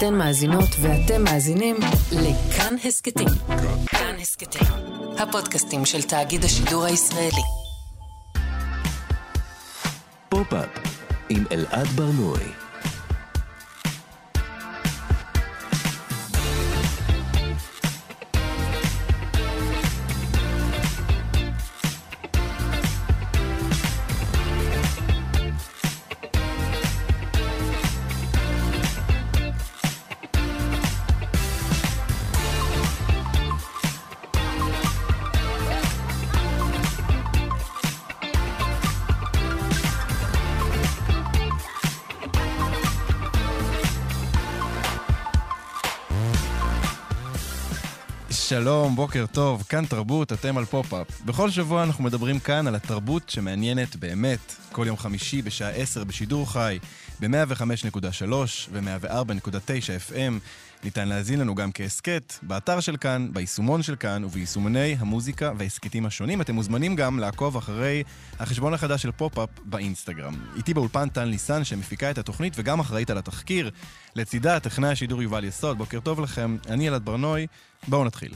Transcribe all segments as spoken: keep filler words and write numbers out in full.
אתן מאזינות ואתם מאזינים לכאן הסקטים. כאן הסקטים, הפודקאסטים של תאגיד השידור הישראלי. פופ-אפ עם אלעד ברנועי. שלום, בוקר טוב, כאן תרבות, אתם על פופ-אפ. בכל שבוע אנחנו מדברים כאן על התרבות שמעניינת באמת. כל יום חמישי בשעה עשר בשידור חי, ב-מאה וחמש נקודה שלוש ו-מאה וארבע נקודה תשע אף אם. ניתן להזין לנו גם כעסקט, באתר של כאן, ביישומון של כאן וביישומוני המוזיקה והעסקטים השונים. אתם מוזמנים גם לעקוב אחרי החשבון החדש של פופ-אפ באינסטגרם. איתי באולפן טל ניסן שמפיקה את התוכנית וגם אחראית על התחקיר. לצידה, טכנאי השידור יובל יסוד. בוקר טוב לכם, אני אלעד ברנועי. בואו נתחיל.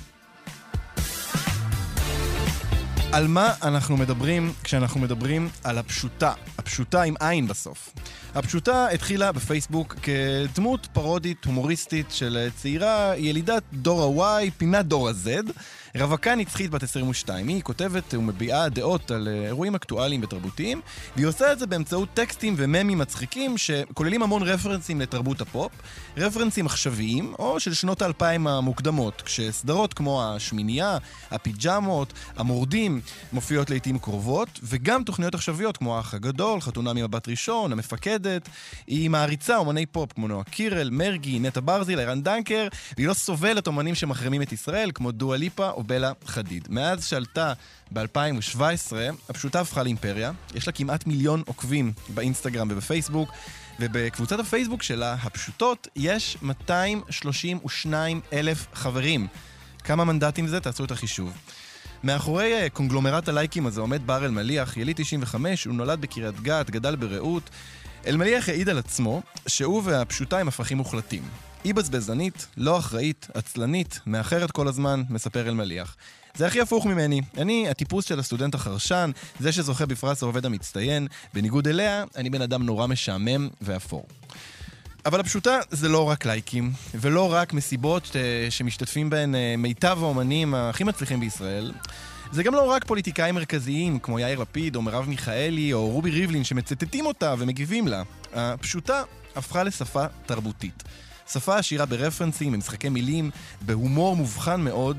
על מה אנחנו מדברים כשאנחנו מדברים על הפשוטה? הפשוטה עם עין בסוף. הפשוטה התחילה בפייסבוק כדמות פרודית הומוריסטית של צעירה ילידת דור ה-Y, פינת דור ה-Z, רווקה נצחית בת עשרים ושתיים. היא כותבת ומביעה דעות על אירועים אקטואליים ותרבותיים, והיא עושה את זה באמצעות טקסטים וממים מצחיקים שכוללים המון רפרנסים לתרבות הפופ, רפרנסים עכשוויים או של שנות האלפיים המוקדמות, כשסדרות כמו השמינייה, הפיג'מות, המורדים מופיעות לעתים קרובות, וגם תוכניות עכשוויות כמו האח הגדול, חתונה ממבט ראשון, המפקדת. היא מעריצה אומני פופ כמו נועה קירל, מרגי, נטע ברזיל, אירן דנקר, והיא לא סובלת אומנים שמחרימים את ישראל כמו דואה ליפה או בלה חדיד. מאז שעלתה ב-אלפיים שבע עשרה, הפשוטה הפכה לאימפריה. יש לה כמעט מיליון עוקבים באינסטגרם ובפייסבוק, ובקבוצת הפייסבוק שלה, הפשוטות, יש מאתיים שלושים ושניים אלף חברים. כמה מנדטים זה? תעשו את החישוב. מאחורי קונגלומרט הלייקים הזה עומד בר אלמליח, יליד תשעים וחמש, הוא נולד בקריית גת, גדל ברעות. אלמליח העיד על עצמו שהוא והפשוטה הם הפכים מוחלטים. היא בזבזנית, לא אחראית, עצלנית, מאחרת כל הזמן, מספר אלמליח. זה הכי הפוך ממני. אני הטיפוס של הסטודנט החרשן, זה שזוכה בפרס העובד המצטיין. בניגוד אליה, אני בן אדם נורא משעמם ואפור. אבל הפשוטה זה לא רק לייקים, ולא רק מסיבות שמשתתפים בהן מיטב האומנים הכי מצליחים בישראל. זה גם לא רק פוליטיקאים מרכזיים כמו יאיר לפיד או מרב מיכאלי או רובי ריבלין שמצטטים אותה ומגיבים לה. הפשוטה הפכה לשפה תרבותית. שפה עשירה ברפרנסים, במשחקי מילים, בהומור מובחן מאוד,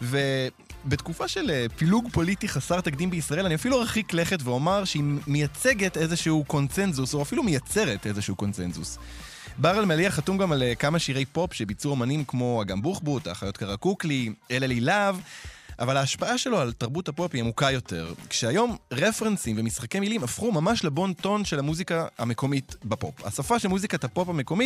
ובתקופה של פילוג פוליטי חסר תקדים בישראל, אני אפילו ארחיק לכת ואומר שהיא מייצגת איזשהו קונצנזוס, או אפילו מייצרת איזשהו קונצנזוס. בר אלמליח חתום גם על כמה שירי פופ שביצעו אמנים כמו אגם בוחבוט, האחיות קרקוקלי, אלה לילב, אבל ההשפעה שלו על תרבות הפופ היא עמוקה יותר, כשהיום רפרנסים ומשחקי מילים הפכו ממש לבון טון של המוזיקה המקומית בפופ. השפה של מוזיקת הפופ המקומית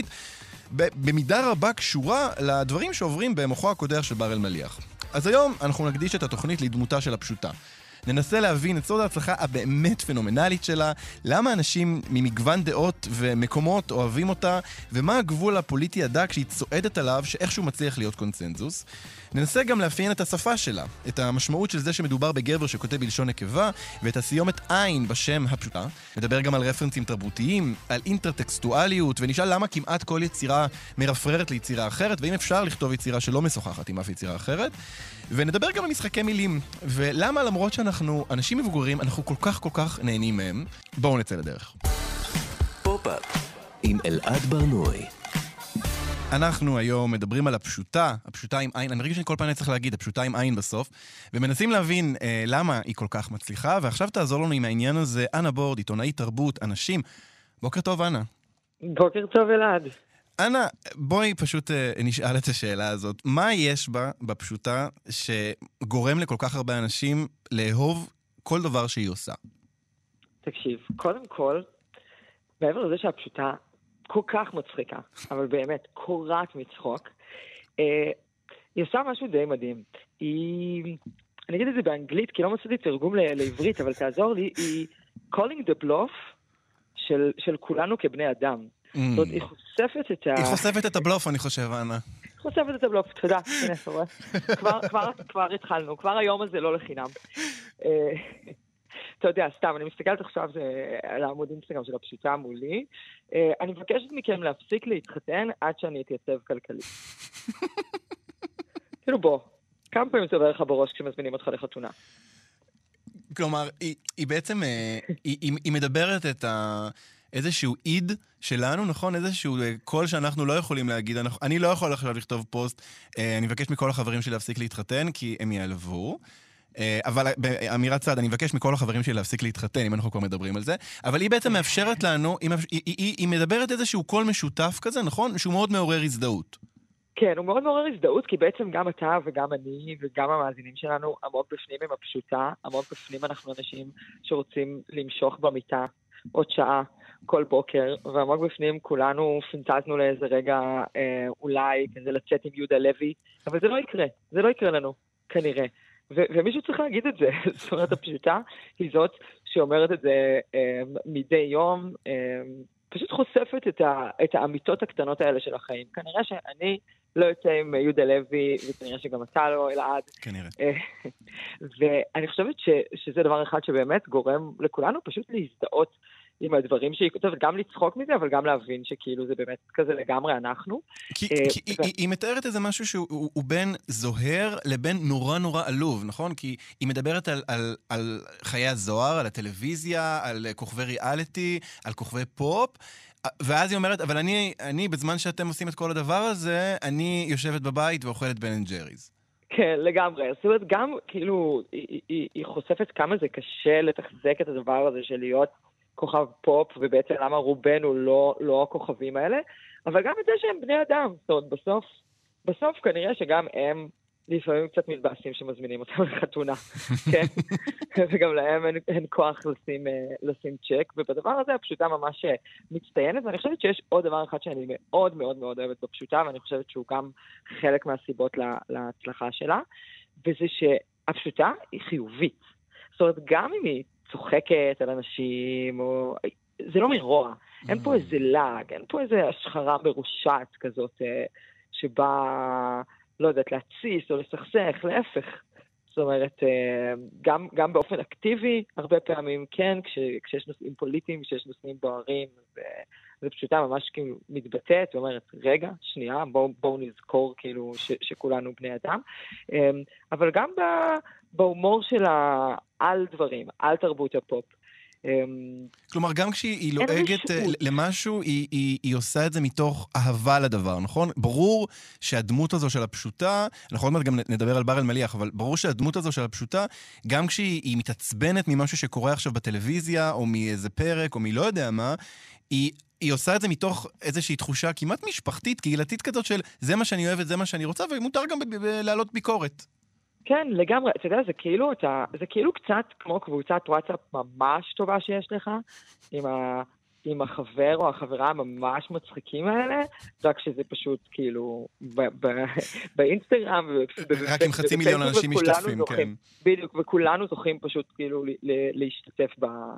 במידה רבה קשורה לדברים שעוברים במוחו הקודח של בר אלמליח. אז היום אנחנו נקדיש את התוכנית לדמותה של הפשוטה. ננסה להבין את סוד ההצלחה הבאמת פנומנלית שלה, למה אנשים ממגוון דעות ומקומות אוהבים אותה, ומה הגבול הפוליטי הדק שהיא צועדת עליו שאיכשהו מצליח להיות קונצנזוס. ננסה גם לאפיין את השפה שלה, את המשמעות של זה שמדובר בגבר שכותב בלשון נקבה, ואת הסיומת עין בשם הפשוטה. נדבר גם על רפרנסים תרבותיים, על אינטרטקסטואליות, ונשאל למה כמעט כל יצירה מרפררת ליצירה אחרת, ואם אפשר לכתוב יצירה שלא משוחחת עם אף יצירה אחרת. ונדבר גם על משחקי מילים, ולמה למרות שאנחנו אנשים מבוגרים, אנחנו כל כך כל כך נהנים מהם. בואו נצא לדרך. פופ-אפ עם אלעד ברנועי. אנחנו היום מדברים על הפשוטה, הפשוטה עם עין, אני מרגיש שאני כל פעם צריך להגיד, הפשוטה עם עין בסוף, ומנסים להבין אה, למה היא כל כך מצליחה, ועכשיו תעזור לנו עם העניין הזה, אנה בורד, עיתונאית תרבות, אנשים. בוקר טוב, אנה. בוקר טוב, אלעד. אנה, בואי פשוט אה, נשאל את השאלה הזאת. מה יש בה, בפשוטה, שגורם לכל כך הרבה אנשים לאהוב כל דבר שהיא עושה? תקשיב, קודם כל, מעבר לזה שהפשוטה כל כך מצחיקה, אבל באמת, קורעת מצחוק, אה, היא עושה משהו די מדהים. היא, אני אגיד את זה באנגלית, כי לא מצאתי תרגום לעברית, אבל תעזור לי, היא calling the bluff של, של כולנו כבני אדם. זאת אומרת, היא חושפת את ה... היא חושפת את הבלוף, אני חושב, אנה. חושפת את הבלוף, תודה. הנה, אתה רואה. כבר, כבר, כבר התחלנו, כבר היום הזה לא לחינם. אתה יודע, סתם, אני מסתכלת עכשיו על העמוד אינסטגרם של הפשוטה מולי. אני מבקשת מכם להפסיק להתחתן עד שאני אתייצב כלכלית. כאילו בוא, כמה פעמים זה עובר לך בראש כשמזמינים אותך לחתונה? כלומר, היא, היא בעצם, היא, היא, היא מדברת את ה... איזשהו איד שלנו, נכון? איזשהו קול שאנחנו לא יכולים להגיד. אנחנו, אני לא יכול עכשיו לכתוב פוסט, אני מבקש מכל החברים שלי להפסיק להתחתן, כי הם יעלבו. אבל באמירת צד, אני מבקש מכל החברים שלי להפסיק להתחתן, אם אנחנו כבר מדברים על זה. אבל היא בעצם מאפשרת לנו, היא, היא, היא, היא מדברת איזשהו קול משותף כזה, נכון? שהוא מאוד מעורר הזדהות. כן, הוא מאוד מעורר הזדהות, כי בעצם גם אתה וגם אני וגם המאזינים שלנו עמוק בפנים עם הפשוטה, עמוק בפנים אנחנו אנשים שרוצים למשוך במיטה עוד שעה כל בוקר, ועמוק בפנים כולנו פנטזנו לאיזה רגע אה, אולי כזה לצאת עם יהודה לוי, אבל זה לא יקרה, זה לא יקרה לנו, כנראה. ו- ומישהו צריך להגיד את זה, זאת אומרת הפשוטה היא זאת שאומרת את זה אה, מדי יום, אה, פשוט חושפת את, ה- את האמיתות הקטנות האלה של החיים. כנראה שאני לא יוצא עם יהודה לוי, וכנראה שגם אתה לא, אלעד. כנראה. ואני חושבת ש- שזה דבר אחד שבאמת גורם לכולנו פשוט להזדהות עם הדברים שהיא כותבת, גם לצחוק מזה, אבל גם להבין שכאילו זה באמת כזה לגמרי אנחנו. כי, כי היא, היא מתארת איזה משהו שהוא הוא בין זוהר לבין נורא נורא עלוב, נכון? כי היא מדברת על, על, על חיי הזוהר, על הטלוויזיה, על כוכבי ריאליטי, על כוכבי פופ, ואז היא אומרת, אבל אני, אני בזמן שאתם עושים את כל הדבר הזה, אני יושבת בבית ואוכלת בן אנד ג'ריז. כן, לגמרי. זאת אומרת, גם כאילו, היא, היא, היא חושפת כמה זה קשה לתחזק את הדבר הזה של להיות כוכב פופ, ובעצם למה רובנו לא, לא הכוכבים האלה, אבל גם את זה שהם בני אדם. זאת אומרת, בסוף, בסוף כנראה שגם הם לפעמים קצת מתבאסים שמזמינים אותם לחתונה, כן? וגם להם אין, אין כוח לשים, לשים צ'ק, ובדבר הזה הפשוטה ממש מצטיינת, ואני חושבת שיש עוד דבר אחד שאני מאוד מאוד מאוד אוהבת בפשוטה, ואני חושבת שהוא גם חלק מהסיבות לה, להצלחה שלה, וזה שהפשוטה היא חיובית. זאת אומרת, גם אם היא צוחקת על אנשים, או... זה לא מרוע. אין פה איזה לעג, אין פה איזה השחרה מרושעת כזאת, שבה, לא יודעת, להציס או לסכסך, להפך. זאת אומרת, גם, גם באופן אקטיבי, הרבה פעמים כן, כש, כשיש נושאים פוליטיים, כשיש נושאים בוערים, זה, זה פשוטה ממש כאילו מתבטאת, ואומרת, רגע, שנייה, בואו בוא נזכור כאילו ש, שכולנו בני אדם. אבל גם ב, בהומור של על דברים, על תרבות הפופ. כלומר, גם כשהיא לועגת למשהו, היא, היא, היא עושה את זה מתוך אהבה לדבר, נכון? ברור שהדמות הזו של הפשוטה, אנחנו עוד מעט גם נדבר על בר אלמליח, אבל ברור שהדמות הזו של הפשוטה, גם כשהיא מתעצבנת ממשהו שקורה עכשיו בטלוויזיה, או מאיזה פרק, או מי לא יודע מה, היא... היא עושה את זה מתוך איזושהי תחושה כמעט משפחתית, קהילתית כזאת של זה מה שאני אוהבת, זה מה שאני רוצה, ומותר גם ב- ב- ב- להעלות ביקורת. כן, לגמרי. אתה יודע, זה כאילו, אתה, זה כאילו קצת כמו קבוצת וואטסאפ ממש טובה שיש לך, עם, ה, עם החבר או החברה הממש מצחיקים האלה, רק שזה פשוט כאילו ב, ב, באינסטגרם. רק עם חצי מיליון אנשים משתתפים, כן. בדיוק, וכולנו זוכים פשוט כאילו להשתתף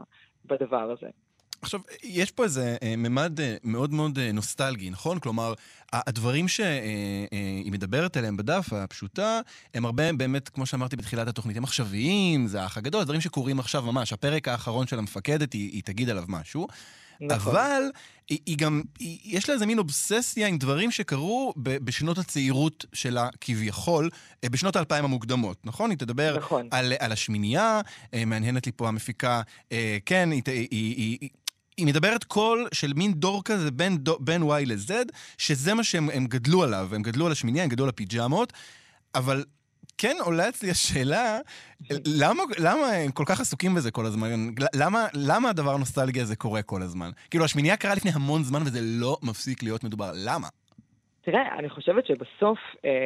בדבר הזה. עכשיו, יש פה איזה ממד מאוד מאוד נוסטלגי, נכון? כלומר, הדברים שהיא מדברת עליהם בדף הפשוטה, הם הרבה באמת, כמו שאמרתי בתחילת התוכנית, הם עכשוויים, זה האח הגדול, הדברים שקורים עכשיו ממש. הפרק האחרון של המפקדת, היא, היא תגיד עליו משהו. נכון. אבל היא, היא גם, היא, יש לה איזה מין אובססיה עם דברים שקרו ב, בשנות הצעירות שלה כביכול, בשנות האלפיים המוקדמות, נכון? היא תדבר נכון. על, על השמינייה, מעניינת לי פה המפיקה, כן, היא... היא, היא היא מדברת קול של מין דור כזה בין, בין Y ל-Z, שזה מה שהם הם גדלו עליו, הם גדלו על השמיניה, הם גדלו על הפיג'מות, אבל כן עולה אצלי השאלה, למה, למה הם כל כך עסוקים בזה כל הזמן? למה, למה הדבר הנוסטלגי הזה קורה כל הזמן? כאילו, השמיניה קרה לפני המון זמן וזה לא מפסיק להיות מדובר. למה? תראה, אני חושבת שבסוף,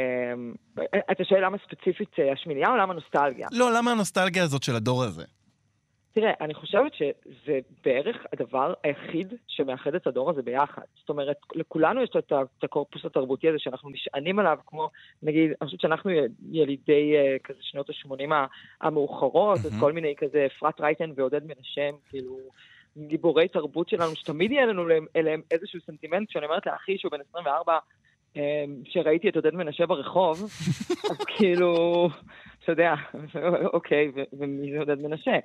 אה, אתה שואל למה ספציפית השמיניה או למה נוסטלגיה? לא, למה הנוסטלגיה הזאת של הדור הזה? תראה, אני חושבת שזה בערך הדבר היחיד שמאחד את הדור הזה ביחד. זאת אומרת, לכולנו יש את הקורפוס התרבותי הזה שאנחנו נשענים עליו, כמו, נגיד, אני חושבת שאנחנו ילידי כזה שנות ה-שמונים המאוחרות, אז כל מיני כזה אפרת רייטן ועודד מנשם, כאילו, גיבורי תרבות שלנו, שתמיד יהיה לנו אליהם איזשהו סנטימנט, שאני אומרת לאחי שהוא בן עשרים וארבע, שראיתי את עודד מנשה ברחוב, אז כאילו, אתה יודע, אוקיי, ומי זה עודד מנשה?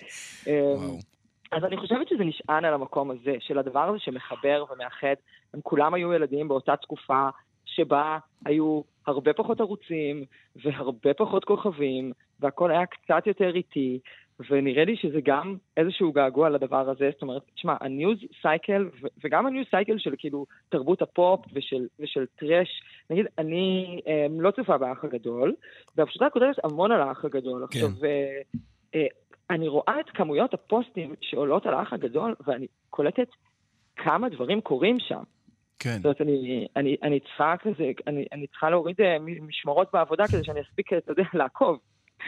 אז אני חושבת שזה נשען על המקום הזה, של הדבר הזה שמחבר ומאחד, הם כולם היו ילדים באותה תקופה, שבה היו הרבה פחות ערוצים, והרבה פחות כוכבים, והכל היה קצת יותר איטי, ונראה לי שזה גם איזשהו געגוע לדבר הזה, זאת אומרת, תשמע, הניוז סייקל, וגם הניוז סייקל של כאילו תרבות הפופ ושל, ושל טרש, נגיד, אני אה, לא צופה באח הגדול, והפשוטה כותבת המון על האח הגדול, כן. עכשיו, אה, אה, אני רואה את כמויות הפוסטים שעולות על האח הגדול, ואני קולטת כמה דברים קורים שם. כן. זאת אומרת, אני, אני, אני צריכה כזה, אני, אני צריכה להוריד משמרות בעבודה כדי שאני אספיק, אתה יודע, לעקוב.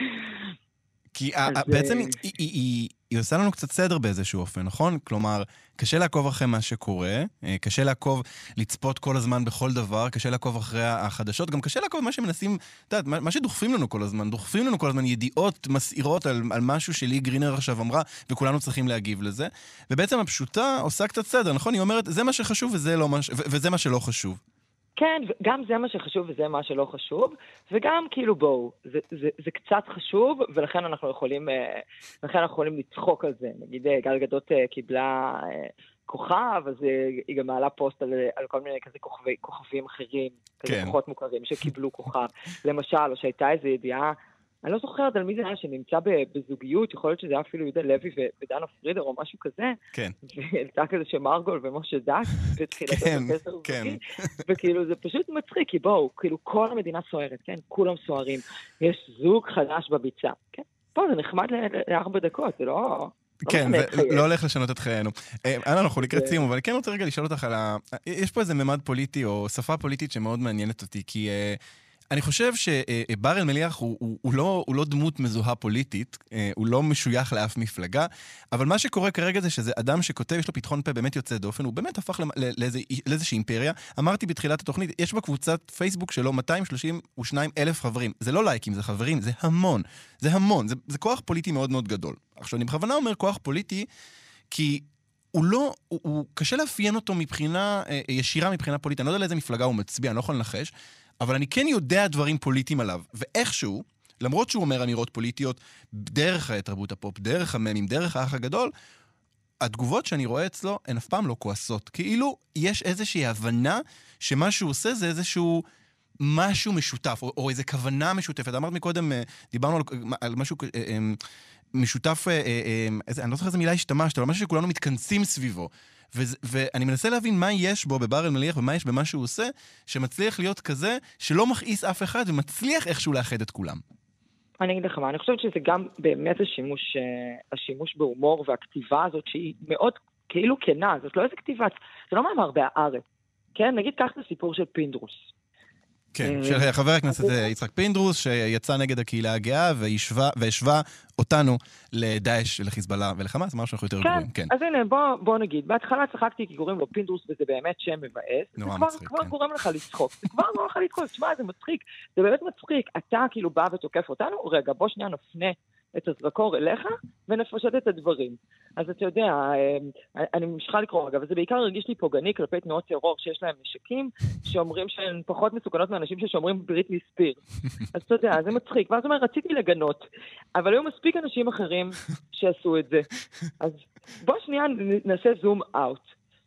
כי בעצם היא עושה לנו קצת סדר באיזשהו אופן, נכון? כלומר, קשה לעקוב אחרי מה שקורה, קשה לעקוב, לצפות כל הזמן בכל דבר, קשה לעקוב אחרי החדשות, גם קשה לעקוב מה שמנסים, אתה יודע, מה שדוחפים לנו כל הזמן, דוחפים לנו כל הזמן ידיעות מסעירות על משהו שלי גרינר עכשיו אמרה, וכולנו צריכים להגיב לזה, ובעצם הפשוטה עושה קצת סדר, נכון? היא אומרת, זה מה שחשוב וזה מה שלא חשוב. כן, גם זה מה שחשוב וזה מה שלא חשוב, וגם כאילו בואו, זה, זה, זה קצת חשוב, ולכן אנחנו יכולים, לכן אנחנו יכולים לצחוק על זה. נגיד, גל גדות קיבלה כוכב, אז היא גם מעלה פוסט על, על כל מיני כזה כוכבי, כוכבים אחרים, כזה כן. כוחות מוכרים שקיבלו כוכב. למשל, או שהייתה איזו ידיעה, אני לא זוכרת על מי זה היה שנמצא בזוגיות, יכול להיות שזה היה אפילו יהודה לוי ודנה פרידר או משהו כזה. כן. והייתה כזה שמרגול ומשה דק, בתחילת הפסר זוגי. וכאילו זה פשוט מצחיק, כי בואו, כאילו כל המדינה סוערת, כן? כולם סוערים. יש זוג חדש בביצה, כן? פה זה נחמד לארבע דקות, זה לא... כן, זה לא הולך לשנות את חיינו. אנה, אנחנו לקראת סיום, אבל אני כן רוצה רגע לשאול אותך על ה... יש פה איזה ממד פוליטי או שפה פוליטית שמאוד מעניינת אותי, כי... אני חושב שבר אלמליח הוא, הוא, הוא, לא, הוא לא דמות מזוהה פוליטית, הוא לא משוייך לאף מפלגה, אבל מה שקורה כרגע זה שזה אדם שכותב, יש לו פתחון פה באמת יוצא דופן, הוא באמת הפך לאיזו, לאיזושהי אימפריה. אמרתי בתחילת התוכנית, יש בקבוצת פייסבוק שלו מאתיים שלושים ושניים אלף חברים. זה לא לייקים, זה חברים, זה המון. זה המון, זה, זה כוח פוליטי מאוד מאוד גדול. עכשיו, אני בכוונה אומר כוח פוליטי, כי הוא לא, הוא, הוא קשה לאפיין אותו מבחינה, ישירה מבחינה פוליטית. אני לא יודע לאיזה מפלגה הוא מצביע, אני לא יכול לנחש. אבל אני כן יודע דברים פוליטיים עליו, ואיכשהו, למרות שהוא אומר אמירות פוליטיות, דרך תרבות הפופ, דרך הממים, דרך האח הגדול, התגובות שאני רואה אצלו הן אף פעם לא כועסות. כאילו יש איזושהי הבנה שמה שהוא עושה זה איזשהו משהו משותף, או, או איזו כוונה משותפת. אמרת מקודם, דיברנו על, על משהו משותף, איזה, אני לא זוכר איזה מילה השתמשת, אבל משהו שכולנו מתכנסים סביבו. ו- ואני מנסה להבין מה יש בו בבר אלמליח ומה יש במה שהוא עושה, שמצליח להיות כזה שלא מכעיס אף אחד ומצליח איכשהו לאחד את כולם. אני אגיד לך מה, אני חושבת שזה גם באמת השימוש, השימוש בהומור והכתיבה הזאת שהיא מאוד כאילו כנה, זאת לא איזה כתיבה, זה לא מאמר בהארץ, כן? נגיד כך זה סיפור של פינדרוס. כן, של חבר הכנסת יצחק פינדרוס, שיצא נגד הקהילה הגאה והשווה אותנו לדאעש, לחיזבאללה ולחמאס, אמר שאנחנו יותר גרועים. כן, אז הנה, בוא נגיד, בהתחלה צחקתי כי קוראים לו פינדרוס, וזה באמת שם מבאס. נורא מצחיק, כן. זה כבר גורם לך לצחוק. זה כבר גורם לך לצחוק, תשמע, זה מצחיק. זה באמת מצחיק. אתה כאילו בא ותוקף אותנו, רגע, בוא שנייה נפנה את הזרקור אליך, ונפשט את הדברים. אז אתה יודע, אני ממשיכה לקרוא, אגב, וזה בעיקר הרגיש לי פוגעני כלפי תנועות טרור שיש להם נשקים, שאומרים שהן פחות מסוכנות מאנשים ששומרים בריטני ספיר. אז אתה יודע, זה מצחיק. ואז אומר, רציתי לגנות, אבל היו מספיק אנשים אחרים שעשו את זה. אז בוא שנייה נעשה זום אאוט.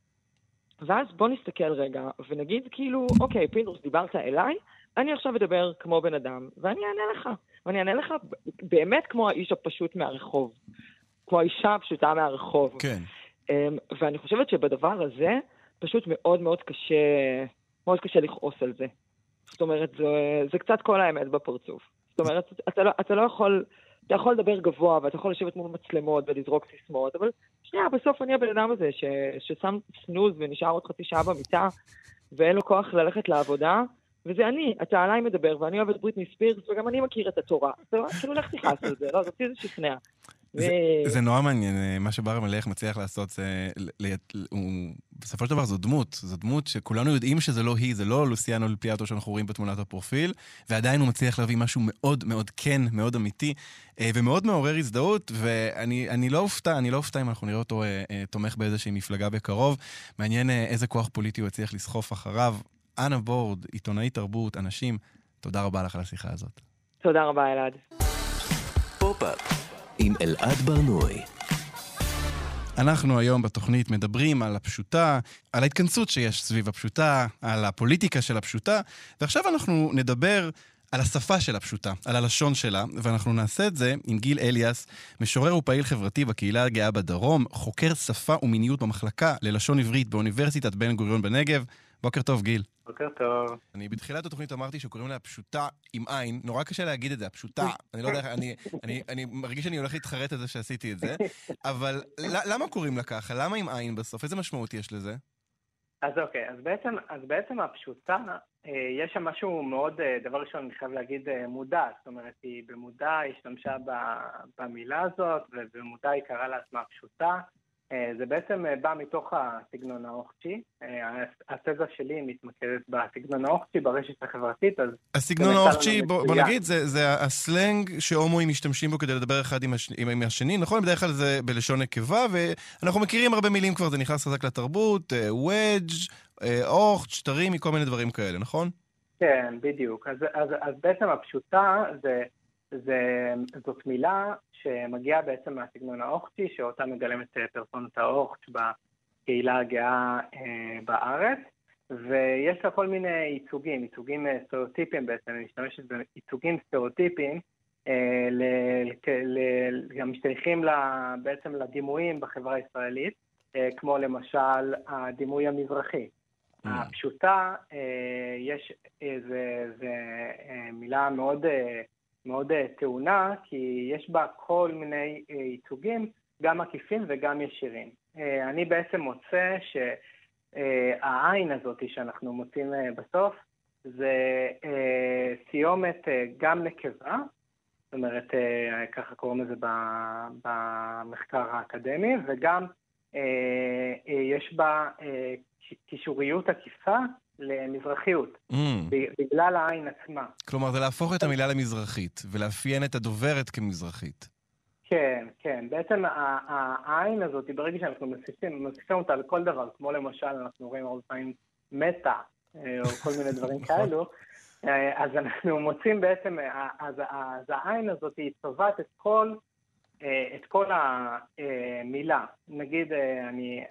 ואז בוא נסתכל רגע, ונגיד כאילו, אוקיי, פינדרוס, דיברת אליי, אני עכשיו אדבר כמו בן אדם, ואני אענה לך. ואני אענה לך באמת כמו האיש הפשוט מהרחוב. כמו האישה הפשוטה מהרחוב. כן. ואני חושבת שבדבר הזה, פשוט מאוד מאוד קשה, מאוד קשה לכעוס על זה. זאת אומרת, זה, זה קצת כל האמת בפרצוף. זאת אומרת, אתה לא, אתה לא יכול, אתה יכול לדבר גבוה, ואתה יכול לשבת מול מצלמות ולזרוק סיסמאות, אבל שנייה, בסוף אני הבן אדם הזה, ש, ששם סנוז ונשאר עוד חצי שעה במיטה, ואין לו כוח ללכת לעבודה, וזה אני, אתה עליי מדבר, ואני אוהב את בריטני ספירס, וגם אני מכיר את התורה. זה כאילו לך תכעס על זה, לא, זאת איזה שכנע. זה נורא מעניין, מה שבר המלך מצליח לעשות, בסופו של דבר זו דמות, זו דמות שכולנו יודעים שזה לא היא, זה לא לוסיאנו לפיאטו שאנחנו רואים בתמונת הפרופיל, ועדיין הוא מצליח להביא משהו מאוד מאוד כן, מאוד אמיתי, ומאוד מעורר הזדהות, ואני לא אופתע, אני לא אופתע אם אנחנו נראה אותו תומך באיזושהי מפלגה בקרוב, מעניין איזה כוח פוליטי הוא הצליח לסחוף אחריו. אנה בורד, עיתונאי תרבות, אנשים, תודה רבה לך על השיחה הזאת. תודה רבה, אלעד. פופ-אפ עם אלעד ברנועי. אנחנו היום בתוכנית מדברים על הפשוטה, על ההתכנסות שיש סביב הפשוטה, על הפוליטיקה של הפשוטה, ועכשיו אנחנו נדבר על השפה של הפשוטה, על הלשון שלה, ואנחנו נעשה את זה עם גיל אליאס, משורר ופעיל חברתי בקהילה הגאה בדרום, חוקר שפה ומיניות במחלקה ללשון עברית באוניברסיטת בן גוריון בנגב. בוקר טוב, גיל. בוקר טוב. אני בתחילת התוכנית אמרתי שקוראים לה פשוטה עם עין, נורא קשה להגיד את זה, הפשוטה. אני לא יודע, אני, אני, אני מרגיש שאני הולך להתחרט את זה שעשיתי את זה, אבל למה קוראים לה ככה? למה עם עין בסוף? איזה משמעות יש לזה? אז אוקיי, אז בעצם, אז בעצם הפשוטה, יש שם משהו מאוד, דבר ראשון, אני חייב להגיד מודע, זאת אומרת, היא במודע השתמשה במילה הזאת, ובמודע היא קראה לעצמה פשוטה. זה בעצם בא מתוך הסגנון האוכצ'י. התזה שלי מתמקדת בסגנון האוכצ'י ברשת החברתית. הסגנון האוכצ'י, בוא נגיד, זה הסלנג שהומואים משתמשים בו כדי לדבר אחד עם השני, נכון? בדרך כלל זה בלשון נקבה, ואנחנו מכירים הרבה מילים כבר, זה נכנס חזק לתרבות, וודג', אוכץ', תרים, מכל מיני דברים כאלה, נכון? כן, בדיוק. אז בעצם הפשוטה זה... זה, זאת מילה שמגיעה בעצם מהסגנון האוכצ'י, שאותה מגלמת פרסונת האוכץ' בקהילה הגאה אה, בארץ, ויש לה כל מיני ייצוגים, ייצוגים סטריאוטיפיים בעצם, אני משתמשת בייצוגים סטריאוטיפיים, אה, ל, ל, גם משתייכים לה, בעצם לדימויים בחברה הישראלית, אה, כמו למשל הדימוי המזרחי. Mm. הפשוטה, אה, יש איזה, זה, אה, מילה מאוד... אה, מאוד טעונה, כי יש בה כל מיני ייצוגים, גם עקיפים וגם ישירים. אני בעצם מוצא שהעין הזאת שאנחנו מוצאים בסוף, זה סיומת גם נקבה, זאת אומרת, ככה קוראים לזה במחקר האקדמי, וגם יש בה קישוריות עקיפה, למזרחיות, mm. בגלל העין עצמה. כלומר, זה להפוך את המילה למזרחית, ולאפיין את הדוברת כמזרחית. כן, כן. בעצם העין הזאת, ברגע שאנחנו מוסיפים, מוסיפים אותה לכל דבר, כמו למשל, אנחנו רואים הרבה פעמים מטה, או כל מיני דברים כאלו, אז אנחנו מוצאים בעצם, אז, אז העין הזאת היא צובעת את כל, את כל המילה. נגיד, אני...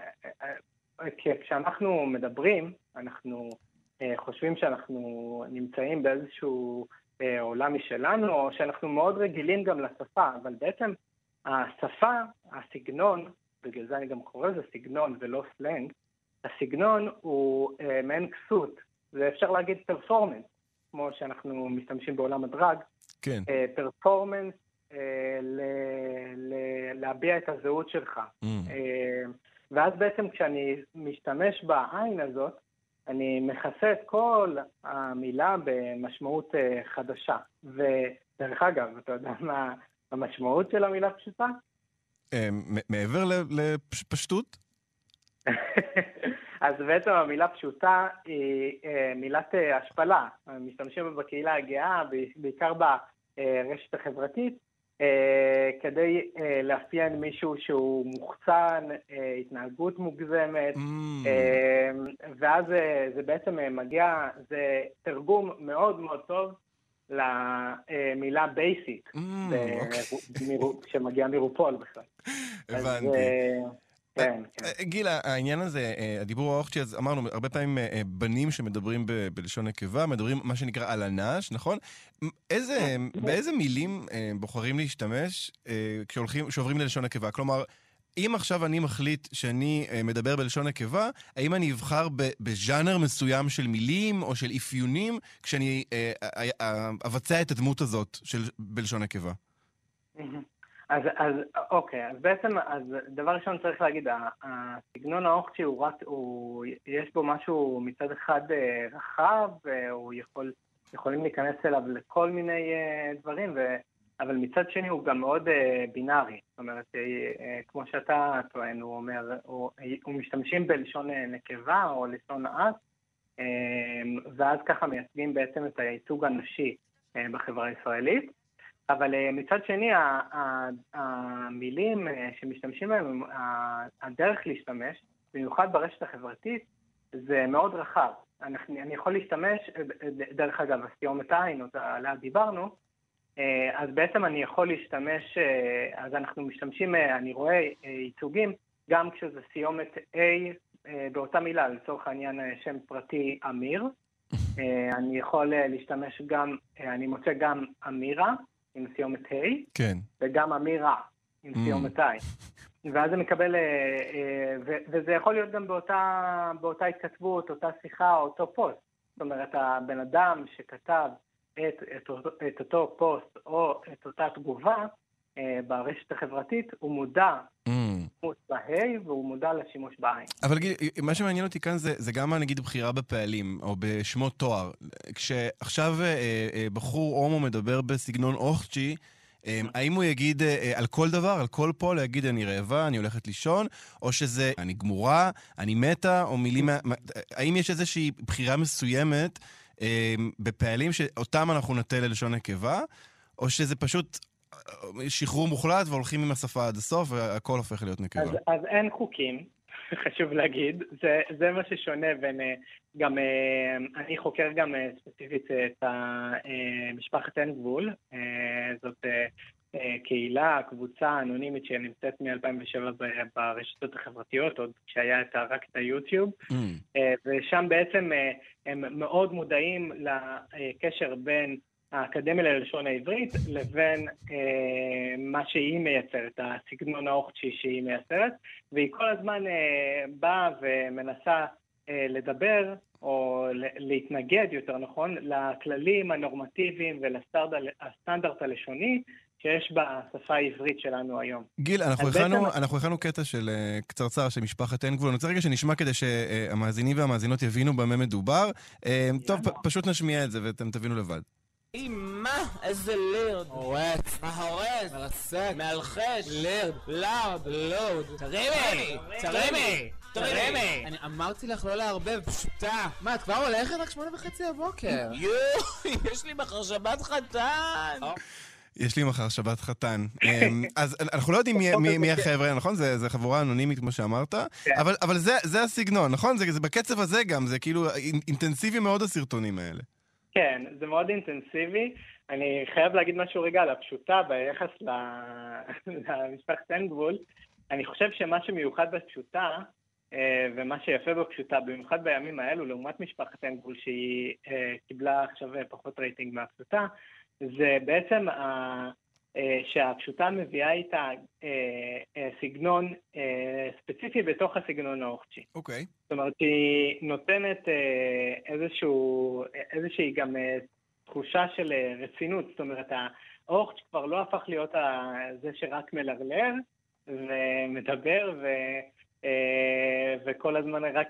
כשאנחנו מדברים, אנחנו אה, חושבים שאנחנו נמצאים באיזשהו אה, עולם משלנו, או שאנחנו מאוד רגילים גם לשפה, אבל בעצם השפה, הסגנון, בגלל זה אני גם קורא לזה סגנון ולא סלנג, הסגנון הוא אה, מעין כסות, ואפשר להגיד פרפורמנס, כמו שאנחנו משתמשים בעולם הדרג, כן. אה, פרפורמנס אה, ל- ל- להביע את הזהות שלך. Mm. אה, ואז בעצם כשאני משתמש בעין הזאת, אני מכסה את כל המילה במשמעות חדשה. ודרך אגב, אתה יודע מה המשמעות של המילה פשוטה? מעבר לפשטות? אז בעצם המילה פשוטה היא מילת השפלה. משתמשים בקהילה הגאה, בעיקר ברשת החברתית, Uh, כדי uh, לאפיין מישהו שהוא מוחצן, uh, התנהגות מוגזמת, mm. uh, ואז uh, זה בעצם uh, מגיע, זה תרגום מאוד מאוד טוב למילה בייסיק, mm, okay. שמגיע מרופול בכלל. הבנתי. אז, uh, כן, כן. גיל, העניין הזה, הדיבור האוכצ'י, אז אמרנו, הרבה פעמים בנים שמדברים ב- בלשון נקבה, מדברים מה שנקרא על הנש, נכון? איזה, באיזה מילים בוחרים להשתמש כשהולכים, כשעוברים ללשון נקבה? כלומר, אם עכשיו אני מחליט שאני מדבר בלשון נקבה, האם אני אבחר בז'אנר מסוים של מילים או של אפיונים כשאני אבצע את הדמות הזאת של בלשון נקבה? אז, אז, אוקיי, אז בעצם, אז דבר ראשון צריך להגיד, הסגנון האוכצ'י הוא רק, הוא, יש בו משהו מצד אחד רחב, והוא יכול, יכולים להיכנס אליו לכל מיני דברים, אבל מצד שני הוא גם מאוד אה, בינארי. זאת אומרת, אה, אה, כמו שאתה טוען, הוא אומר, הוא, הוא משתמשים בלשון נקבה או לשון נעש, אה, ואז ככה מייצגים בעצם את הייצוג הנשי אה, בחברה הישראלית. אבל אה, מצד שני, ה, ה, המילים אה, שמשתמשים בהם, הדרך להשתמש, במיוחד ברשת החברתית, זה מאוד רחב. אני, אני יכול להשתמש, דרך אגב, הסיומת עין, עליה דיברנו, אז בעצם אני יכול להשתמש, אז אנחנו משתמשים, אני רואה ייצוגים, גם כשזה סיומת A באותה מילה, לצורך העניין שם פרטי אמיר, אני יכול להשתמש גם, אני מוצא גם אמירה עם סיומת A, כן. וגם אמירה עם סיומת I. ואז זה מקבל, וזה יכול להיות גם באותה, באותה התכתבות, אותה שיחה, אותו פוסט. זאת אומרת, הבן אדם שכתב את, את, את אותו פוסט או את אותה תגובה ברשת החברתית, הוא מודע לשימוש בהי והוא מודע לשימוש בעין. אבל גיל, מה שמעניין אותי כאן זה, זה גם נגיד בחירה בפעלים או בשמות תואר. כשעכשיו בחור הומו מדבר בסגנון אוכצ'י, האם הוא יגיד על כל דבר, על כל פה, להגיד אני רעבה, אני הולכת לישון, או שזה אני גמורה, אני מתה, או מילים... האם יש איזושהי בחירה מסוימת בפעלים שאותם אנחנו נטה ללשון נקבה, או שזה פשוט שחרור מוחלט והולכים עם השפה עד הסוף והכל הופך להיות נקבה? אז, אז אין חוקים, חשוב להגיד. זה, זה מה ששונה בין... גם, אני חוקר גם ספציפית את משפחת אין גבול. זאת קהילה, קבוצה אנונימית שנמצאת מ-אלפיים ושבע ברשתות החברתיות, עוד כשהיה את רק את היוטיוב. Mm. ושם בעצם הם מאוד מודעים לקשר בין האקדמיה ללשון העברית לבין אה, מה שהיא מייצרת, הסגנון האוכצ'י שהיא מייצרת, והיא כל הזמן אה, באה ומנסה אה, לדבר או להתנגד יותר נכון לכללים הנורמטיביים ולסטנדרט הלשוני שיש בשפה העברית שלנו היום. גיל, אנחנו הכנו, בעצם... אנחנו הכנו קטע של uh, קצרצר של משפחת אין גבול. אני רוצה רגע שנשמע כדי שהמאזינים והמאזינות יבינו במה מדובר. Uh, טוב, פ- פשוט נשמיע את זה ואתם תבינו לבד. מה? איזה לירד? הורץ. מה הורץ? מרסק. מאלחש. לירד. לארד. לוד. תרימי! תרימי! תרימי! אני אמרתי לך לא להרבב, פשוטה. מה, את כבר הולכת רק שמונה וחצי הבוקר? יואי, יש לי מחר שבת חתן! יש לי מחר שבת חתן. אז אנחנו לא יודעים מי החבר'ה, נכון? זה חבורה אנונימית, כמו שאמרת. אבל זה הסגנון, נכון? זה בקצב הזה גם, זה כאילו אינטנסיבי מאוד הסרטונים האלה. כן, זה מאוד אינטנסיבי. אני חייב להגיד משהו רגע על הפשוטה ביחס למשפחת אין גבול. אני חושב שמה שמיוחד בפשוטה, ומה שיפה בפשוטה, במיוחד בימים האלו, לעומת משפחת אין גבול, שהיא קיבלה עכשיו פחות רייטינג מהפשוטה, זה בעצם שהפשוטה מביאה איתה סגנון ספציפי בתוך הסגנון האוכצ'י. אוקיי. זאת אומרת, היא נותנת איזשהו, איזושהי גם תחושה של רצינות. זאת אומרת, האוכצ' כבר לא הפך להיות זה שרק מלרלר ומדבר ו... וכל הזמן רק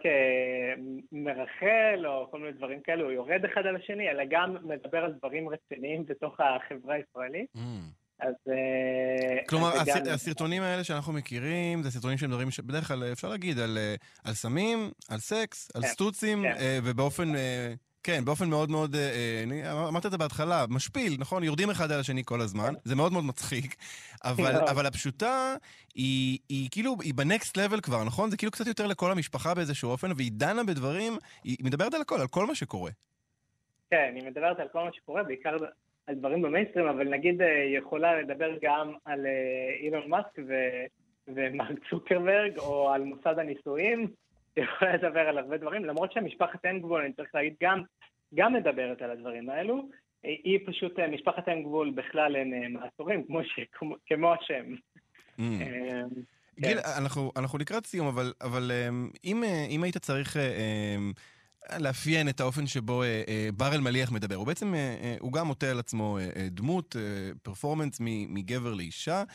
מרחל או כל מיני דברים כאלו, הוא יורד אחד על השני, אלא גם מדבר על דברים רציניים בתוך החברה הישראלית. אז... כלומר, הסרטונים האלה שאנחנו מכירים, זה סרטונים שמדברים בדרך כלל, אפשר להגיד, על סמים, על סקס, על סטוצים, ובאופן... כן, באופן מאוד מאוד, אמרת את זה בהתחלה, משפיל, נכון? יורדים אחד על השני כל הזמן, זה מאוד מאוד מצחיק, אבל, אבל הפשוטה היא, היא כאילו, היא בנקסט לבל כבר, נכון? זה כאילו קצת יותר לכל המשפחה באיזשהו אופן, והיא דנה בדברים, היא מדברת על הכל, על כל מה שקורה. כן, היא מדברת על כל מה שקורה, בעיקר על דברים במיינסטרים, אבל נגיד יכולה לדבר גם על אילון מאסק ומרק צוקרברג, או על מוסד הנישואים, יכולה לדבר על הרבה דברים, למרות שהמשפחת אין גבול, אני צריך להגיד, גם, גם מדברת על הדברים האלו, היא פשוט, משפחת אין גבול בכלל אין מעצורים, כמו, ש, כמו, כמו השם. Mm. גיל, אנחנו, אנחנו לקראת סיום, אבל, אבל אם, אם היית צריך לאפיין את האופן שבו בר אלמליח מדבר, הוא בעצם, הוא גם מוטה על עצמו דמות, פרפורמנס מגבר לאישה,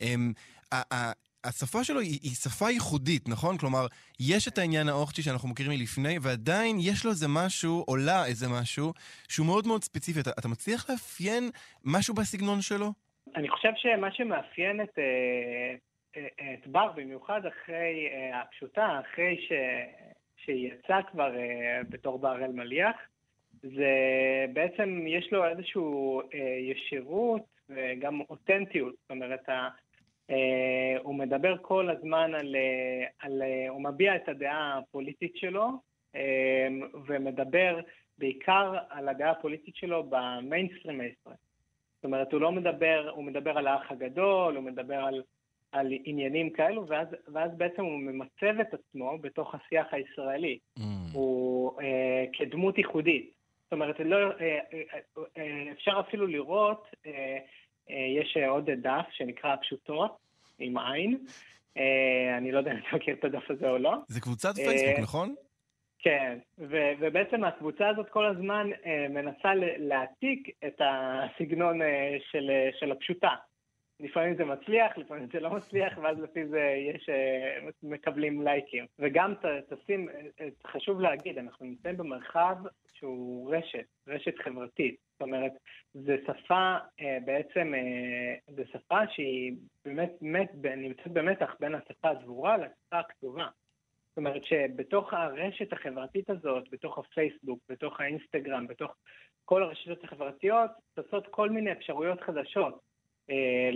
השפה שלו היא, היא שפה ייחודית, נכון? כלומר, יש את העניין האוכצ'י שאנחנו מכירים מלפני, ועדיין יש לו איזה משהו, או לה איזה משהו, שהוא מאוד מאוד ספציפי. אתה, אתה מצליח לאפיין משהו בסגנון שלו? אני חושב שמה שמאפיין את, את בר, במיוחד אחרי הפשוטה, אחרי ש, שיצא כבר בתור בר אלמליח, זה בעצם יש לו איזשהו ישירות וגם אותנטיות. זאת אומרת, הוא מדבר כל הזמן על, על, הוא מביע את הדעה הפוליטית שלו, ומדבר בעיקר על הדעה הפוליטית שלו במיינסטרים הישראלי. זאת אומרת, הוא לא מדבר, הוא מדבר על האח הגדול, הוא מדבר על, על עניינים כאלו, ואז, ואז בעצם הוא ממצב את עצמו בתוך השיח הישראלי. Mm. הוא אה, כדמות ייחודית. זאת אומרת, לא, אה, אה, אפשר אפילו לראות, אה, אה, יש עוד דף שנקרא הפשוטות, עם עין. אה, אני לא יודע אם אתה מכיר את הדף הזה או לא. זה קבוצת פייסבוק, נכון? כן, ו- ובעצם הקבוצה הזאת כל הזמן אה, מנסה להעתיק את הסגנון אה, של, של הפשוטה. לפעמים זה מצליח, לפעמים זה לא מצליח, ואז לפי זה יש, אה, מקבלים לייקים. וגם ת- תשים, אה, חשוב להגיד, אנחנו נמצאים במרחב שהוא רשת, רשת חברתית. זאת אומרת, זו שפה אה, בעצם, אה, זו שפה שהיא באמת, באמת נמצאת במתח בין השפה הדבורה לשפה הכתובה. זאת אומרת שבתוך הרשת החברתית הזאת, בתוך הפייסבוק, בתוך האינסטגרם, בתוך כל הרשתות החברתיות, תוצאות כל מיני אפשרויות חדשות אה,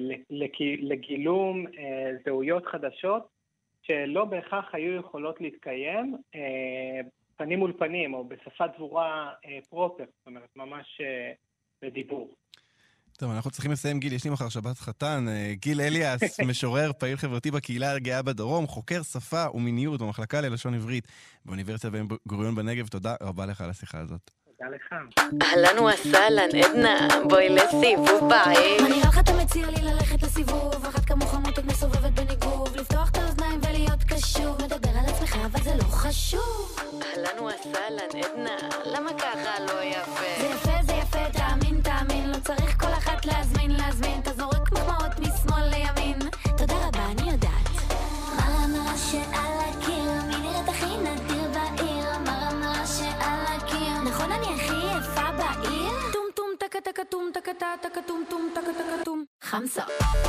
לגילום אה, זהויות חדשות, שלא בהכרח היו יכולות להתקיים אה, פנים מול פנים, או בשפה דבורה אה, פרופר, זאת אומרת, ממש אה, בדיבור. טוב, אנחנו צריכים לסיים, גיל. יש לי מחר שבת חתן. גיל אליאס, משורר, פעיל חברתי בקהילה הגאה בדרום, חוקר שפה ומיניות במחלקה ללשון עברית באוניברסיטת בן גוריון בנגב. תודה רבה לך על השיחה הזאת. תודה לך. אהלן וסהלן, עדנה, בואי לסיבוב ביי. מה נראה לך אתה מציע לי ללכת לסיבוב? אחת כמוך מותק מסובבת בניגוב, לפתוח את האוזניים ולהיות קשוב. מדבר על עצמך אבל זה לא חשוב. אהלן וסהלן, עדנה, למה ככה לא יפה? זה יפה, זה יפה, תאמין, תאמין, לא צריך כל אחת להזמין, להזמין, אתה זורק מחמאות משמאל לימין. תודה רבה, אני יודעת. מרה מרה שעל הקיר, מי נראית הכי נדיר בעיר? מרה מרה שעל הקיר, נכון אני הכי יפה בעיר? טום טום טקה טקה טום טקה טקה טום טום טקה טקה טום חמסה.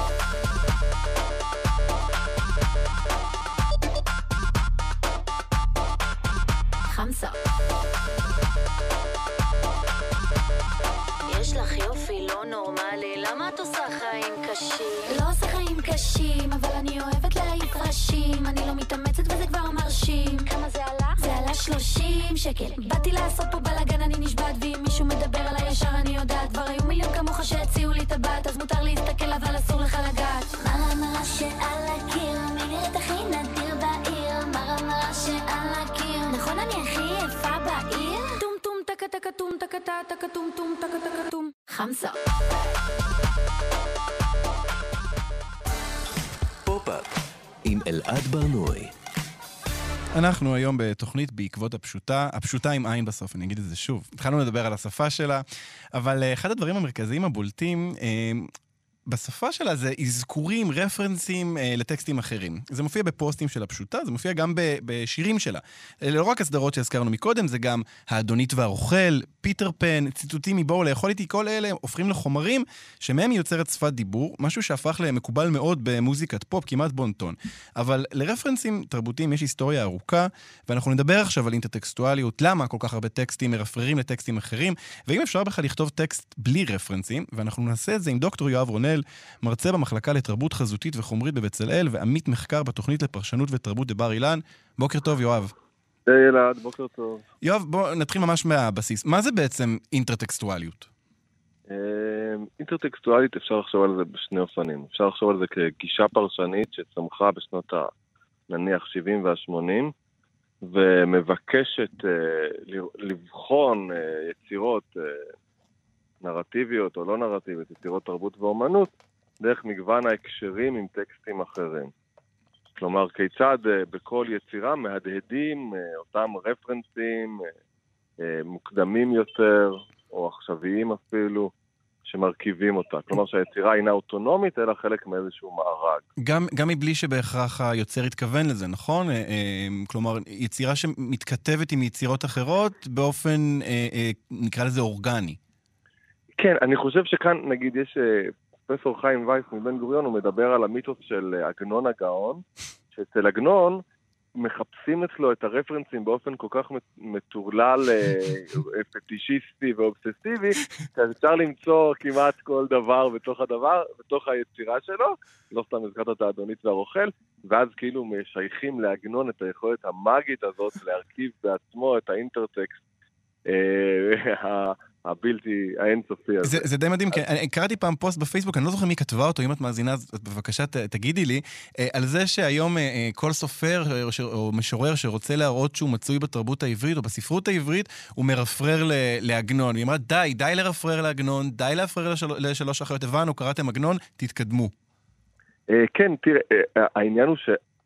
חמסה. יש לך יופי לא נורמלי, למה את עושה חיים קשים? לא עושה חיים קשים, אבל אני אוהבת להעיף ראשים. אני לא מתאמצת וזה כבר מרשים. כמה זה עלה? זה עלה שלושים שקל. באתי לעשות פה בלגן, אני נשבעת, ואם מישהו מדבר על הישר אני יודעת. כבר היו מיליון כמוך שהציעו לי טבעת, אז מותר להסתכל אבל אסור לך לגעת. מרה מרה שעל הקיר, מי נראית הכי נדיר בעיר? מרה מרה שעל הקיר, נכון אני הכי יפה בעיר? טום טום טקה טקה טום טקה טקה טום טום טקה טקה טום חמסה. פופ-אפ עם אלעד ברנועי. אנחנו היום בתוכנית בעקבות הפשוטה, הפשוטה עם עין בסוף, אני אגיד את זה שוב. התחלנו לדבר על השפה שלה, אבל אחד הדברים המרכזיים הבולטים בשפה שלה זה אזכורים, רפרנסים אה, לטקסטים אחרים. זה מופיע בפוסטים של הפשוטה, זה מופיע גם ב- בשירים שלה. לא רק הסדרות שהזכרנו מקודם, זה גם האדונית והרוכל, פיטר פן, ציטוטים מבואו לאכול איתי, כל אלה הופכים לחומרים שמהם היא יוצרת שפת דיבור, משהו שהפך למקובל מאוד במוזיקת פופ, כמעט בונטון. אבל לרפרנסים תרבותיים יש היסטוריה ארוכה, ואנחנו נדבר עכשיו על אינטרטקסטואליות, למה כל כך הרבה טקסטים מרפררים לטקסטים אחרים, ואם אפשר בכלל לכתוב טקסט בלי רפרנסים, ואנחנו נעשה את זה עם דוקטור יואב רונל, מרצה במחלקה לתרבות חזותית וחומרית בבצלאל, ועמית מחקר בתוכנית לפרשנות ותרבות בבר אילן. בוקר טוב, יואב. היי אלעד, בוקר טוב. יואב, בוא נתחיל ממש מהבסיס. מה זה בעצם אינטרטקסטואליות? אינטרטקסטואלית אפשר לחשוב על זה בשני אופנים. אפשר לחשוב על זה כגישה פרשנית שצמחה בשנות ה... נניח שבעים וה-שמונים, ומבקשת לבחון יצירות נרטיביות או לא נרטיביות, יצירות תרבות ואומנות, דרך מגוון ההקשרים עם טקסטים אחרים. כלומר, כיצד בכל יצירה מהדהדים אותם רפרנסים מוקדמים יותר, או עכשוויים אפילו, שמרכיבים אותה. כלומר, שהיצירה אינה אוטונומית, אלא חלק מאיזשהו מארג. גם, גם מבלי שבהכרח היוצר התכוון לזה, נכון? כלומר, יצירה שמתכתבת עם יצירות אחרות באופן, נקרא לזה, אורגני. כן, אני חושב שכאן, נגיד, יש פרופסור חיים וייס מבן גוריון, הוא מדבר על המיתוס של עגנון הגאון, שאצל עגנון מחפשים אצלו את הרפרנסים באופן כל כך מטורלל, פטישיסטי ואובססיבי, שאפשר למצוא כמעט כל דבר בתוך הדבר, בתוך היצירה שלו, לא סתם הזכרת את האדונית והרוכל, ואז כאילו משייכים לעגנון את היכולת המאגית הזאת, להרכיב בעצמו את האינטרטקסט, הבלתי, האינסופי הזה. זה, זה די מדהים, כי אני קראתי פעם פוסט בפייסבוק, אני לא זוכר מי כתבה אותו, אם את מאזינה, אז בבקשה תגידי לי, על זה שהיום כל סופר או משורר שרוצה להראות שהוא מצוי בתרבות העברית או בספרות העברית, הוא מרפרר לעגנון. היא אמרה, די, די לרפרר לעגנון, די להפרר לשלוש אחיות, הבנו, קראתם עגנון, תתקדמו. כן, תראה, העניין הוא ש...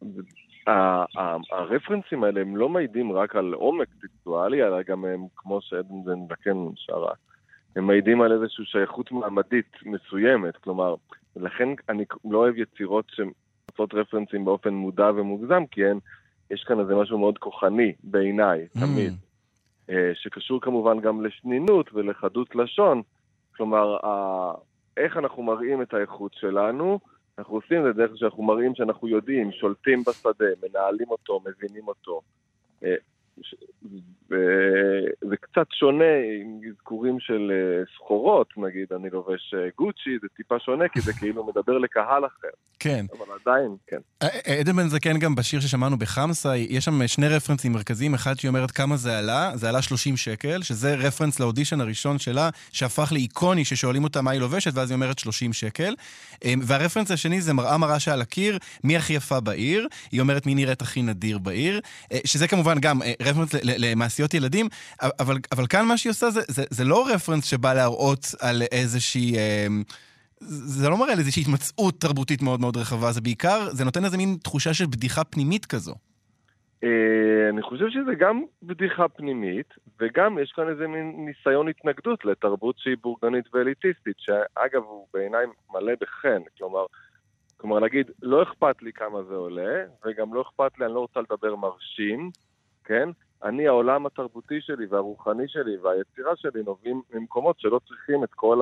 הרפרנסים האלה הם לא מעידים רק על עומק טקסטואלי, אלא גם הם, כמו שעדן בן זקן שרה, הם מעידים על איזושהי שייכות מעמדית מסוימת, כלומר, לכן אני לא אוהב יצירות שעושות רפרנסים באופן מודע ומוגזם, כי אין, יש כאן איזה משהו מאוד כוחני בעיניי, תמיד, שקשור כמובן גם לשנינות ולחדות לשון, כלומר, איך אנחנו מראים את האיכות שלנו, אנחנו עושים את זה דרך שאנחנו מראים שאנחנו יודעים, שולטים בשדה, מנהלים אותו, מבינים אותו. זה קצת שונה עם אזכורים של סחורות, נגיד, אני לובש גוצ'י, זה טיפה שונה, כי זה כאילו מדבר לקהל אחר. כן. אבל עדיין, כן. עדן בן זקן גם בשיר ששמענו בחמסה, יש שם שני רפרנסים מרכזיים, אחד שהיא אומרת כמה זה עלה, זה עלה שלושים שקל, שזה רפרנס לאודישן הראשון שלה, שהפך לאיקוני ששואלים אותה מה היא לובשת, ואז היא אומרת שלושים שקל. והרפרנס השני זה מראה מראה שעל הקיר, מי הכי יפה בעיר, היא אומרת מי נראית הכי נדיר בעיר, שזה כמובן גם רפרנס למעשיות ילדים, אבל, אבל כאן מה שהיא עושה זה, זה, זה לא רפרנס שבא להראות על איזושהי, זה לא מראה על איזושהי התמצאות תרבותית מאוד מאוד רחבה, זה בעיקר, זה נותן איזה מין תחושה של בדיחה פנימית כזו. אני חושב שזה גם בדיחה פנימית, וגם יש כאן איזה מין ניסיון התנגדות לתרבות שהיא בורגנית ואליטיסטית, שאגב הוא בעיניי מלא בחן, כלומר, כלומר להגיד, לא אכפת לי כמה זה עולה, וגם לא אכפת לי, אני לא רוצה לדבר מרשים, כן? אני, העולם התרבותי שלי והרוחני שלי והיצירה שלי נובעים ממקומות שלא צריכים את כל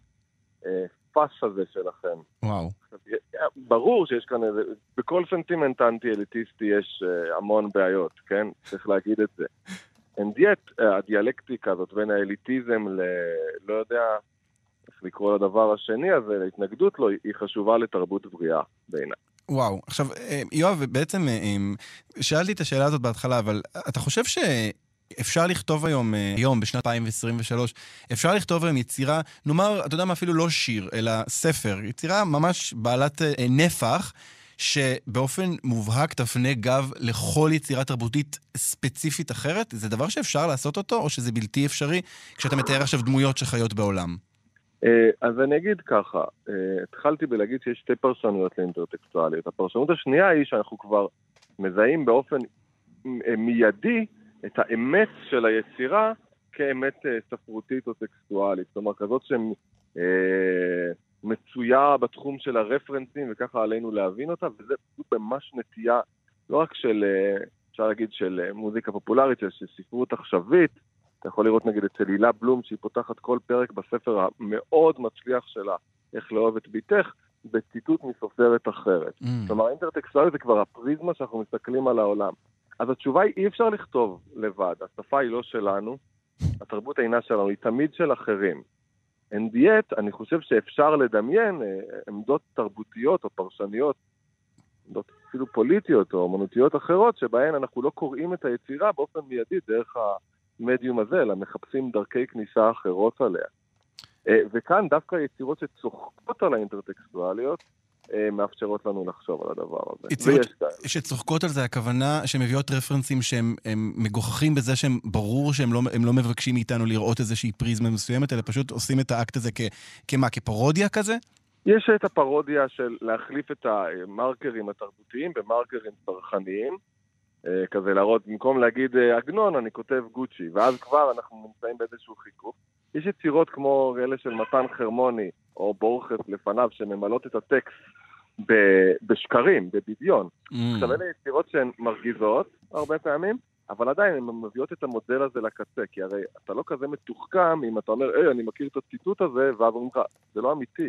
הפס הזה שלכם. וואו. ברור שיש כאן איזה, בכל סנטימנט אנטי-אליטיסטי יש המון בעיות, כן? צריך להגיד את זה. And yet, הדיאלקטיקה הזאת בין האליטיזם ל... לא יודע איך לקרוא לדבר השני הזה, להתנגדות לו, היא חשובה לתרבות בריאה בעיניי. וואו, עכשיו, יואב, בעצם שאלתי את השאלה הזאת בהתחלה, אבל אתה חושב שאפשר לכתוב היום, היום בשנת אלפיים עשרים ושלוש, אפשר לכתוב היום יצירה, נאמר, אתה יודע מה, אפילו לא שיר, אלא ספר, יצירה ממש בעלת נפח, שבאופן מובהק תפנה גב לכל יצירה תרבותית ספציפית אחרת? זה דבר שאפשר לעשות אותו, או שזה בלתי אפשרי, כשאתה מתאר עכשיו דמויות שחיות בעולם? אז אני אגיד ככה, התחלתי בלהגיד שיש שתי פרשנויות לאינטרטקסטואליות. הפרשנות השנייה היא שאנחנו כבר מזהים באופן מיידי את האמת של היצירה כאמת ספרותית או טקסטואלית. כלומר, כזאת שמצויה בתחום של הרפרנסים וככה עלינו להבין אותה, וזה ממש נטייה, לא רק של, אפשר להגיד, של מוזיקה פופולרית, של ספרות עכשווית, אתה יכול לראות נגיד אצל הילה בלום שהיא פותחת כל פרק בספר המאוד מצליח שלה, איך לאהוב את ביתך, בציטוט מסופרת אחרת. Mm. כלומר, אינטרטקסטואליות זה כבר הפריזמה שאנחנו מסתכלים על העולם. אז התשובה היא, אי אפשר לכתוב לבד. השפה היא לא שלנו, התרבות אינה שלנו, היא תמיד של אחרים. And yet, אני חושב שאפשר לדמיין עמדות תרבותיות או פרשניות, עמדות אפילו פוליטיות או אמנותיות אחרות, שבהן אנחנו לא קוראים את היצירה באופן מיידי דרך ה... מדיום הזה, אלא מחפשים דרכי כניסה אחרות עליה. וכאן דווקא יצירות שצוחקות על האינטרטקסטואליות, מאפשרות לנו לחשוב על הדבר הזה. יצירות שצוחקות על זה, הכוונה שמביאות רפרנסים שהם מגוחכים בזה שהם ברור שהם לא, הם לא מבקשים מאיתנו לראות איזושהי פריזמה מסוימת, אלא פשוט עושים את האקט הזה כמה, כפרודיה כזה? יש את הפרודיה של להחליף את המרקרים התרבותיים במרקרים צרכניים, כזה להראות, במקום להגיד עגנון, אני כותב גוצ'י, ואז כבר אנחנו נמצאים באיזשהו חיכוך. יש יצירות כמו אלה של מתן חרמוני, או בורחס לפניו, שממלאות את הטקסט בשקרים, בבדיון. Mm. עכשיו, אלה יצירות שהן מרגיזות, הרבה פעמים, אבל עדיין הן מביאות את המודל הזה לקצה, כי הרי אתה לא כזה מתוחכם, אם אתה אומר, היי, אני מכיר את הציטוט הזה, ואז אומרים לך, זה לא אמיתי.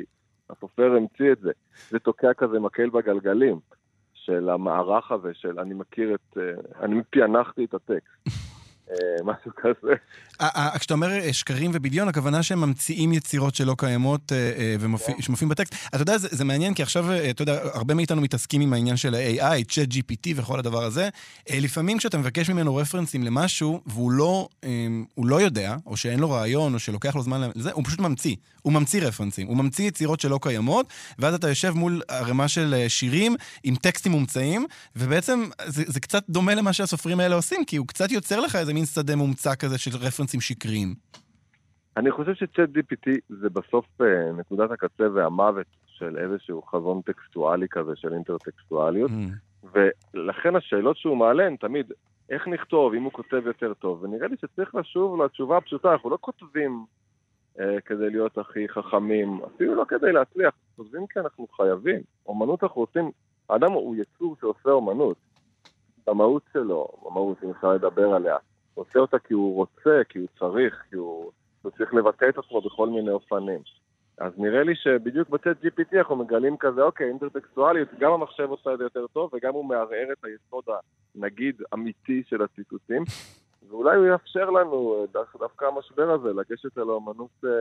הסופר המציא את זה. זה תוקע כזה מקל בגלגלים של המערך הזה, של אני מכיר את, אני פענחתי את הטקסט. משהו כזה. כשאתה אומר שקרים ובדיון, הכוונה שהם ממציאים יצירות שלא קיימות שמופיעים בטקסט. אתה יודע, זה מעניין, כי עכשיו, אתה יודע, הרבה מאיתנו מתעסקים עם העניין של ה-איי איי, צ'אט ג'י פי טי וכל הדבר הזה. לפעמים כשאתה מבקש ממנו רפרנסים למשהו, והוא לא, הוא לא יודע, או שאין לו רעיון, או שלוקח לו זמן לזה, הוא פשוט ממציא. הוא ממציא רפרנסים. הוא ממציא יצירות שלא קיימות, ואז אתה יושב מול הרמה של שירים עם טקסטים מומצאים, ובעצם זה, זה קצת דומה למה שהסופרים האלה עושים, כי הוא קצת יוצר לך איזה מין שדה מומצא כזה של רפרנסים שקריים. אני חושב שצ'אט ג'י פי טי זה בסוף נקודת הקצה והמוות של איזשהו חזון טקסטואלי כזה, של אינטרטקסטואליות, mm. ולכן השאלות שהוא מעלה הן תמיד, איך נכתוב, אם הוא כותב יותר טוב, ונראה לי שצריך לשוב לתשובה הפשוטה, אנחנו לא כותבים אה, כדי להיות הכי חכמים, אפילו לא כדי להצליח, כותבים כי אנחנו חייבים. אומנות אנחנו עושים, האדם הוא יצור שעושה אומנות, במהות שלו, במהות אם אפשר לדבר עליה, הוא עושה אותה כי הוא רוצה, כי הוא צריך, כי הוא, הוא צריך לבטא את עצמו בכל מיני אופנים. אז נראה לי שבדיוק בצ'אט ג'י פי טי אנחנו מגלים כזה, אוקיי, אינטרטקסטואליות, גם המחשב עושה את זה יותר טוב, וגם הוא מערער את היסוד הנגיד אמיתי של הציטוטים, ואולי הוא יאפשר לנו דווקא המשבר הזה, לגשת אל האמנות אה,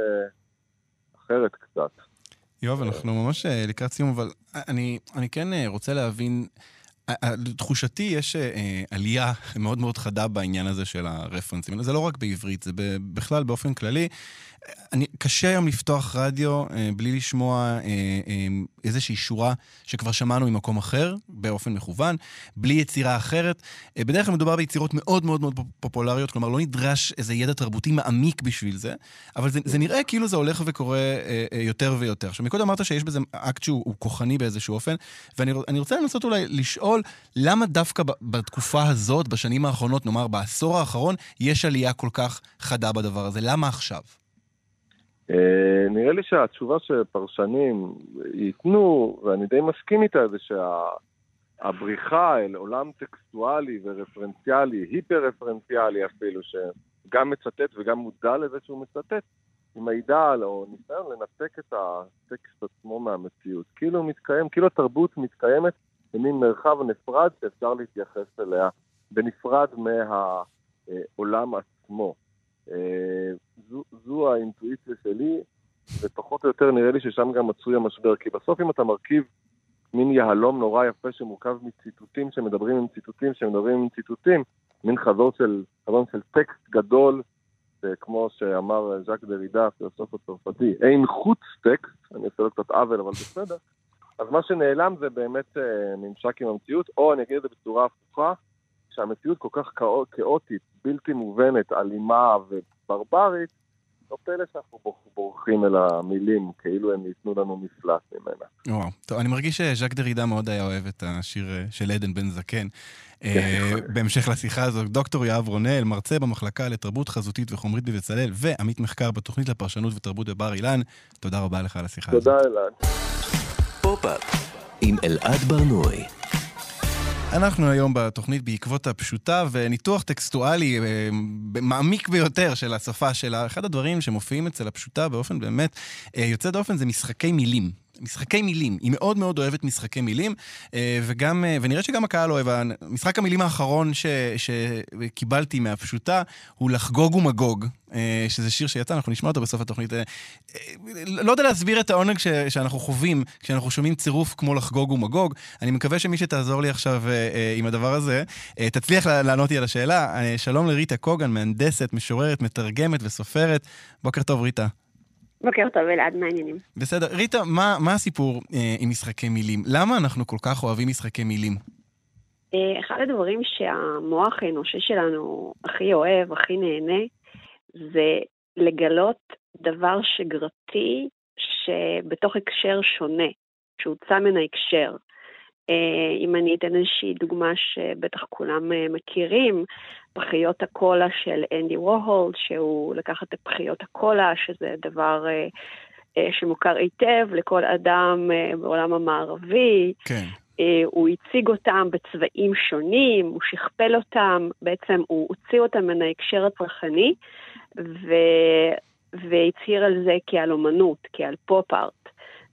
אחרת קצת. יוב, אנחנו ממש לקראת סיום, אבל אני, אני כן רוצה להבין, תחושתי יש עלייה מאוד מאוד חדה בעניין הזה של הרפרנסים. זה לא רק בעברית, זה בכלל באופן כללי. אני, קשה היום לפתוח רדיו בלי לשמוע איזושהי שורה שכבר שמענו ממקום אחר, באופן מכוון, בלי יצירה אחרת. בדרך כלל מדובר ביצירות מאוד מאוד מאוד פופולריות, כלומר לא נדרש איזה ידע תרבותי מעמיק בשביל זה, אבל זה, זה נראה כאילו זה הולך וקורה יותר ויותר. עכשיו, מקודם אמרת שיש בזה אקט שהוא כוחני באיזשהו אופן, ואני אני רוצה לנסות אולי לשאול למה דווקא בתקופה הזאת, בשנים האחרונות, נאמר בעשור האחרון, יש עלייה כל כך חדה בדבר הזה. למה עכשיו? נראה לי שהתשובה שפרשנים ייתנו, ואני די מסכים איתה, זה שהבריחה אל עולם טקסטואלי ורפרנציאלי, היפר-רפרנציאלי אפילו, שגם מצטט וגם מודע לזה שהוא מצטט, היא מעידה או ניסיון לנתק את הטקסט עצמו מהמציאות. כאילו מתקיים, כאילו התרבות מתקיימת במין מרחב נפרד שאפשר להתייחס אליה, בנפרד מהעולם עצמו. זו, זו האינטואיציה שלי, ופחות או יותר נראה לי ששם גם מצוי המשבר, כי בסוף אם אתה מרכיב מין יהלום נורא יפה שמורכב מציטוטים שמדברים עם ציטוטים שמדברים עם ציטוטים, מין חזון של, חזון של טקסט גדול, כמו שאמר ז'אק דרידה, הפילוסוף הצרפתי, אין חוץ טקסט, אני עושה לו קצת עוול אבל בסדר, אז מה שנעלם זה באמת ממשק עם המציאות, או אני אגיד את זה בצורה הפוכה, שהמציאות כל כך כאוטית, בלתי מובנת, אלימה וברברית, לא פלא שאנחנו בורחים אל המילים, כאילו הם ייתנו לנו מפלט ממנה. וואו, טוב, אני מרגיש שז'אק דרידה מאוד היה אוהב את השיר של עדן בן זקן. בהמשך לשיחה הזו, דוקטור יואב רונל, מרצה במחלקה לתרבות חזותית וחומרית בבצלאל, ועמית מחקר בתוכנית לפרשנות ותרבות בבר אילן. תודה רבה לך על השיחה הזאת. תודה אלעד. פופ-אפ עם אלעד ברנועי. אנחנו היום בתוכנית בעקבות הפשוטה וניתוח טקסטואלי מעמיק ביותר של השפה שלה. אחד הדברים שמופיעים אצל הפשוטה באופן באמת יוצא דופן זה משחקי מילים. משחקי מילים. היא מאוד מאוד אוהבת משחקי מילים, וגם, ונראה שגם הקהל אוהב. משחק המילים האחרון ש, שקיבלתי מהפשוטה הוא לחגוג ומגוג, שזה שיר שיצא, אנחנו נשמע אותו בסוף התוכנית. לא יודע להסביר את העונג ש, שאנחנו חווים כשאנחנו שומעים צירוף כמו לחגוג ומגוג. אני מקווה שמי שתעזור לי עכשיו עם הדבר הזה, תצליח לענות לי על השאלה. שלום לריטה קוגן, מהנדסת, משוררת, מתרגמת וסופרת. בוקר טוב, ריטה. בוקר טוב, אלעד, מה העניינים? בסדר. ריטה, מה, מה הסיפור אה, עם משחקי מילים? למה אנחנו כל כך אוהבים משחקי מילים? אה, אחד הדברים שהמוח האנושי שלנו הכי אוהב, הכי נהנה, זה לגלות דבר שגרתי שבתוך הקשר שונה, שהוצא מן ההקשר. אה, אם אני אתן איזושהי דוגמה שבטח כולם אה, מכירים, פחיות הקולה של אנדי וורהול, שהוא לקח את פחיות הקולה, שזה דבר אה, אה, שמוכר היטב לכל אדם אה, בעולם המערבי. כן. אה, הוא הציג אותם בצבעים שונים, הוא שכפל אותם, בעצם הוא הוציא אותם מן ההקשר הצרכני, ו... והצהיר על זה כעל אומנות, כעל פופ-ארט.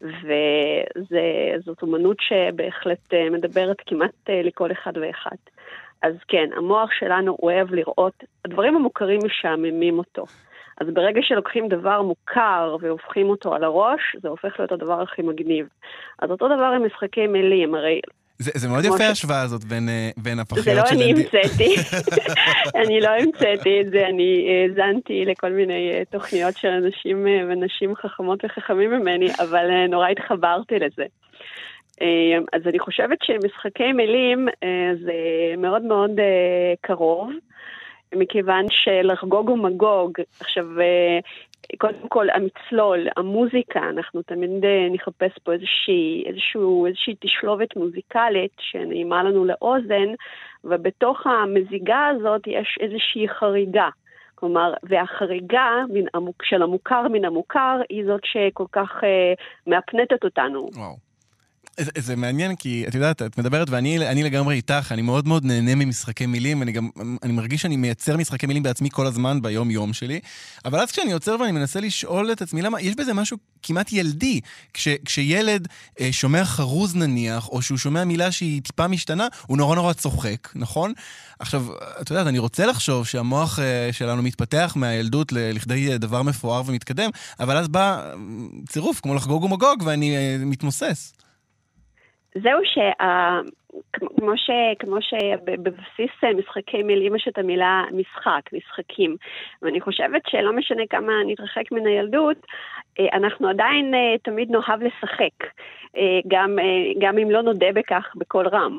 וזאת אומנות שבהחלט מדברת כמעט לכל אחד ואחד. אז כן, המוח שלנו אוהב לראות, הדברים המוכרים משעממים אותו. אז ברגע שלוקחים דבר מוכר והופכים אותו על הראש, זה הופך להיות הדבר הכי מגניב. אז אותו דבר עם משחקי מילים, הרי... זה, זה מאוד יפה ש... ההשוואה הזאת בין, בין הפחיות של... זה לא של... אני המצאתי, אני לא המצאתי את זה, אני האזנתי לכל מיני תוכניות של אנשים ונשים חכמות וחכמים ממני, אבל נורא התחברתי לזה. אז אני חושבת שמשחקי מילים זה מאוד מאוד קרוב, מכיוון שלחגוג ומגוג, עכשיו, קודם כל, המצלול, המוזיקה, אנחנו תמיד נחפש פה איזושהי, איזשהו, איזושהי תשלובת מוזיקלית שנעימה לנו לאוזן, ובתוך המזיגה הזאת יש איזושהי חריגה. כלומר, והחריגה מן המוק, של המוכר מן המוכר היא זאת שכל כך אה, מאפנטת אותנו. וואו. זה, זה מעניין, כי את יודעת, את מדברת, ואני אני לגמרי איתך, אני מאוד מאוד נהנה ממשחקי מילים, אני גם, אני מרגיש שאני מייצר משחקי מילים בעצמי כל הזמן ביום יום שלי, אבל אז כשאני יוצר ואני מנסה לשאול את עצמי, למה, יש בזה משהו כמעט ילדי, כש, כשילד אה, שומע חרוז נניח, או שהוא שומע מילה שהיא טיפה משתנה, הוא נורא נורא צוחק, נכון? עכשיו, את יודעת, אני רוצה לחשוב שהמוח אה, שלנו מתפתח מהילדות ל- לכדי דבר מפואר ומתקדם, אבל אז בא צירוף, כמו לחגוג ומגוג, ואני אה, מתמוסס. זהו שכמו ש, כמו שבבסיס משחקי מילים יש את המילה משחק, משחקים. ואני חושבת שלא משנה כמה נתרחק מן הילדות, אנחנו עדיין תמיד נאהב לשחק, גם, גם אם לא נודה בכך בכל רם.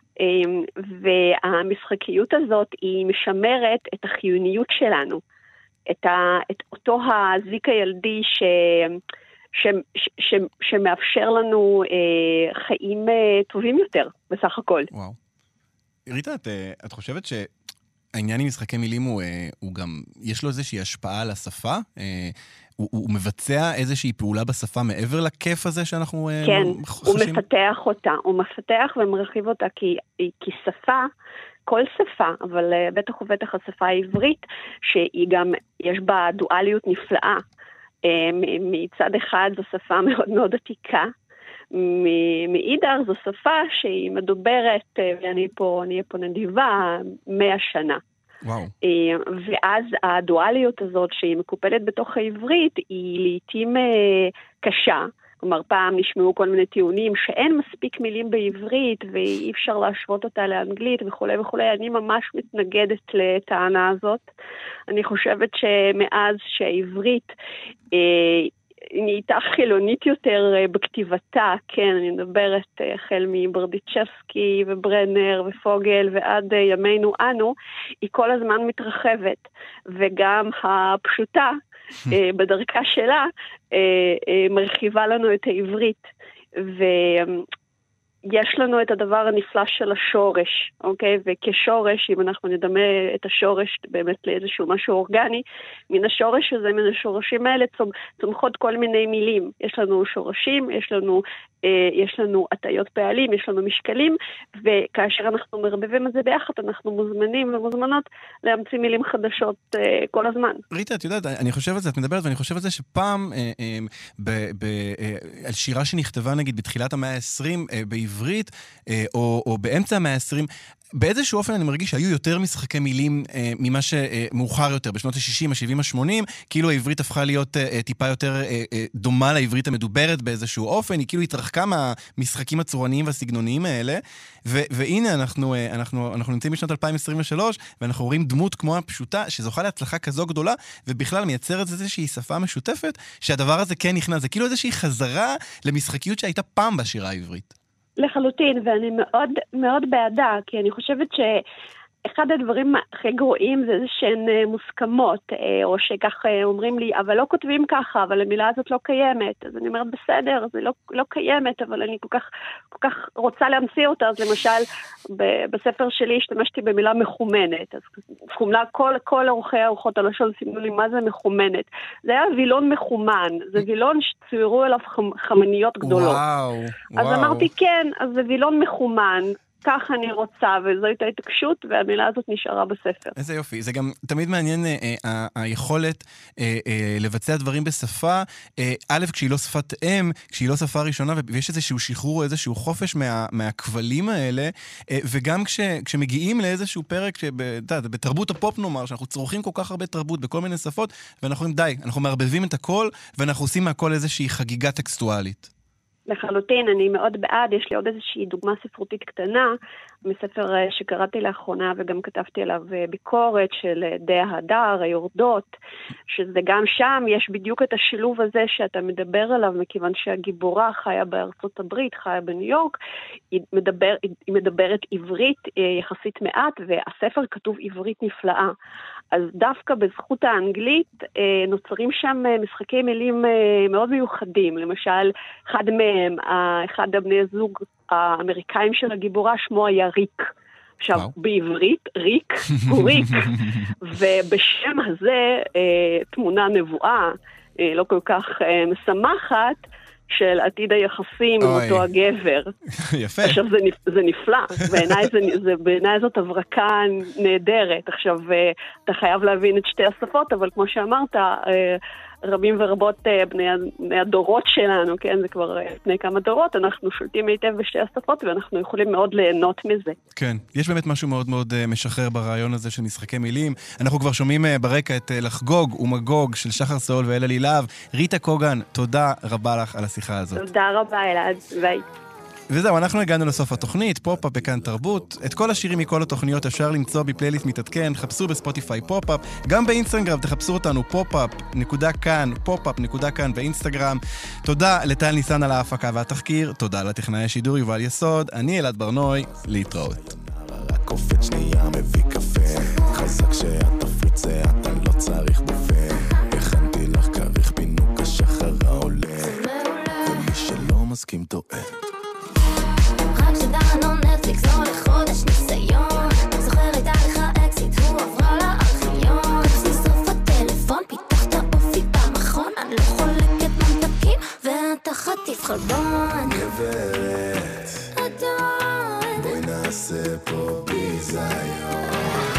והמשחקיות הזאת היא משמרת את החיוניות שלנו, את, ה, את אותו הזיק הילדי ש... ש, ש, ש, שמאפשר לנו אה, חיים אה, טובים יותר, בסך הכל. וואו. ריטה, את, את חושבת שהעניין עם משחקי מילים הוא, הוא גם, יש לו איזושהי השפעה על השפה? אה, הוא, הוא מבצע איזושהי פעולה בשפה מעבר לכיף הזה שאנחנו אה, כן, חשים? הוא מפתח אותה. הוא מפתח ומרחיב אותה, כי, כי שפה, כל שפה, אבל אה, בטח ובטח השפה העברית, שהיא גם, יש בה דואליות נפלאה. מצד אחד זו שפה מאוד מאוד עתיקה, מאידר זו שפה שהיא מדוברת, ואני פה, אני פה נדיבה, מאה שנה. וואו. ואז הדואליות הזאת שהיא מקופלת בתוך העברית היא לעתים קשה. כלומר, פעם נשמעו כל מיני טיעונים שאין מספיק מילים בעברית ואי אפשר להשוות אותה לאנגלית וכו' וכו'. אני ממש מתנגדת לטענה הזאת. אני חושבת שמאז שהעברית אה, נהייתה חילונית יותר אה, בכתיבתה, כן, אני מדברת אה, החל מברדיצ'בסקי וברנר ופוגל ועד אה, ימינו אנו, היא כל הזמן מתרחבת. וגם הפשוטה, בדרכה שלה, מרחיבה לנו את העברית, ויש לנו את הדבר הנפלא של השורש, אוקיי? וכשורש, אם אנחנו נדמה את השורש באמת לאיזשהו משהו אורגני, מן השורש הזה, מן השורשים האלה צומחות כל מיני מילים. יש לנו שורשים, יש לנו, יש לנו עטיות פעלים, יש לנו משקלים, וכאשר אנחנו מרבבים את זה ביחד, אנחנו מוזמנים ומוזמנות להמציא מילים חדשות כל הזמן. ריטה, את יודעת, אני חושב על זה, את מדברת, ואני חושב על זה שפעם, על שירה שנכתבה, נגיד, בתחילת המאה ה-עשרים, בעברית, או, או באמצע המאה ה-עשרים, באיזשהו אופן אני מרגיש שהיו יותר משחקי מילים אה, ממה שמאוחר יותר, בשנות ה-שישים, ה-שבעים, ה-שמונים, כאילו העברית הפכה להיות אה, טיפה יותר אה, אה, דומה לעברית המדוברת באיזשהו אופן, היא כאילו התרחקה מהמשחקים הצורניים והסגנוניים האלה, ו- והנה אנחנו, אה, אנחנו, אנחנו נמצאים בשנות אלפיים עשרים ושלוש, ואנחנו רואים דמות כמו הפשוטה, שזוכה להצלחה כזו גדולה, ובכלל מייצרת איזושהי שפה משותפת, שהדבר הזה כן נכנס, זה כאילו איזושהי חזרה למשחקיות שהייתה פעם בשירה העברית. לחלוטין, ואני מאוד מאוד בעדה, כי אני חושבת שאחד הדברים הכי גרועים זה שהן מוסכמות, או שכך אומרים לי, אבל לא כותבים ככה, אבל המילה הזאת לא קיימת. אז אני אומרת, בסדר, זה לא, לא קיימת, אבל אני כל כך, כל כך רוצה להמציא אותה. אז למשל, ב- בספר שלי השתמשתי במילה מחומנת. אז חומלה, כל, כל אורחי האורחות הלשון סימנו לי מה זה מחומנת. זה היה וילון מחומן, זה וילון שצוירו אליו חמ, חמניות גדולות. וואו, אז וואו. אמרתי, כן, אז זה וילון מחומן, כך אני רוצה, וזו הייתה התעקשות, והמילה הזאת נשארה בספר. איזה יופי. זה גם תמיד מעניין אה, אה, היכולת אה, אה, לבצע דברים בשפה, אה, א', כשהיא לא שפת אם, כשהיא לא שפה ראשונה, ויש איזשהו שחרור, איזשהו חופש מה, מהכבלים האלה, אה, וגם כש, כשמגיעים לאיזשהו פרק, שבד, בתרבות הפופ נאמר, שאנחנו צורכים כל כך הרבה תרבות בכל מיני שפות, ואנחנו אומרים, די, אנחנו מערבבים את הכל, ואנחנו עושים מהכל איזושהי חגיגה טקסטואלית. לחלוטין, אני מאוד בעד, יש לי עוד איזושהי דוגמה ספרותית קטנה, מספר שקראתי לאחרונה וגם כתבתי עליו ביקורת של די ההדר, היורדות, שזה גם שם יש בדיוק את השילוב הזה שאתה מדבר עליו, מכיוון שהגיבורה חיה בארצות הברית, חיה בניו יורק, היא, מדבר, היא מדברת עברית יחסית מעט, והספר כתוב עברית נפלאה. אז דווקא בזכות האנגלית נוצרים שם משחקי מילים מאוד מיוחדים, למשל אחד מהם, אחד הבני הזוג האמריקאים של הגיבורה, שמו היה ריק. עכשיו, וואו. בעברית, ריק הוא ריק. ובשם הזה תמונה נבואה לא כל כך משמחת, של עתיד היחסים עם אותו הגבר. יפה. עכשיו זה, זה נפלא, בעיניי, זה, זה, בעיניי זאת הברקה נהדרת. עכשיו אתה חייב להבין את שתי השפות, אבל כמו שאמרת, רבים ורבות בני, בני הדורות שלנו, כן, זה כבר בני כמה דורות, אנחנו שולטים היטב בשתי השפות, ואנחנו יכולים מאוד ליהנות מזה. כן, יש באמת משהו מאוד מאוד משחרר ברעיון הזה של משחקי מילים. אנחנו כבר שומעים ברקע את לחגוג ומגוג של שחר סול ואלה לילהב. ריטה קוגן, תודה רבה לך על השיחה הזאת. תודה רבה, אלעד, ביי. וזהו, אנחנו הגענו לסוף התוכנית, פופ-אפ בכאן תרבות. את כל השירים מכל התוכניות אפשר למצוא בפלייליסט מתעדכן, חפשו בספוטיפיי פופ-אפ, גם באינסטגרם תחפשו אותנו פופ-אפ נקודה כאן, פופ-אפ נקודה כאן באינסטגרם. תודה לטל ניסן על ההפקה והתחקיר, תודה לטכנאי השידור יובל יסוד, אני אלעד ברנוי, להתראות. קופת שנייה מביא קפה, חזק שאת תפריט זה אתה לא צריך בופה, הכנתי לך כריך פינוק השחר העולה, ומי שלא מסכים טועה. רק שדענו נטפליקס לא לחודש ניסיון, זוכרת עליך אקסיט הוא עברה לארכיון, אצלי סוף הטלפון פיתחת אופי במכון, אני לא חולקת ממתקים ואתה חטיף חלבון גברת אדון, בואי נעשה פה ביזיון,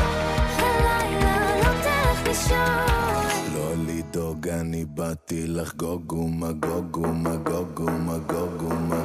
הלילה לא תלך לישון, לא לדאוג אני באתי לחגוג ומגוג ומגוג ומגוג ומגוג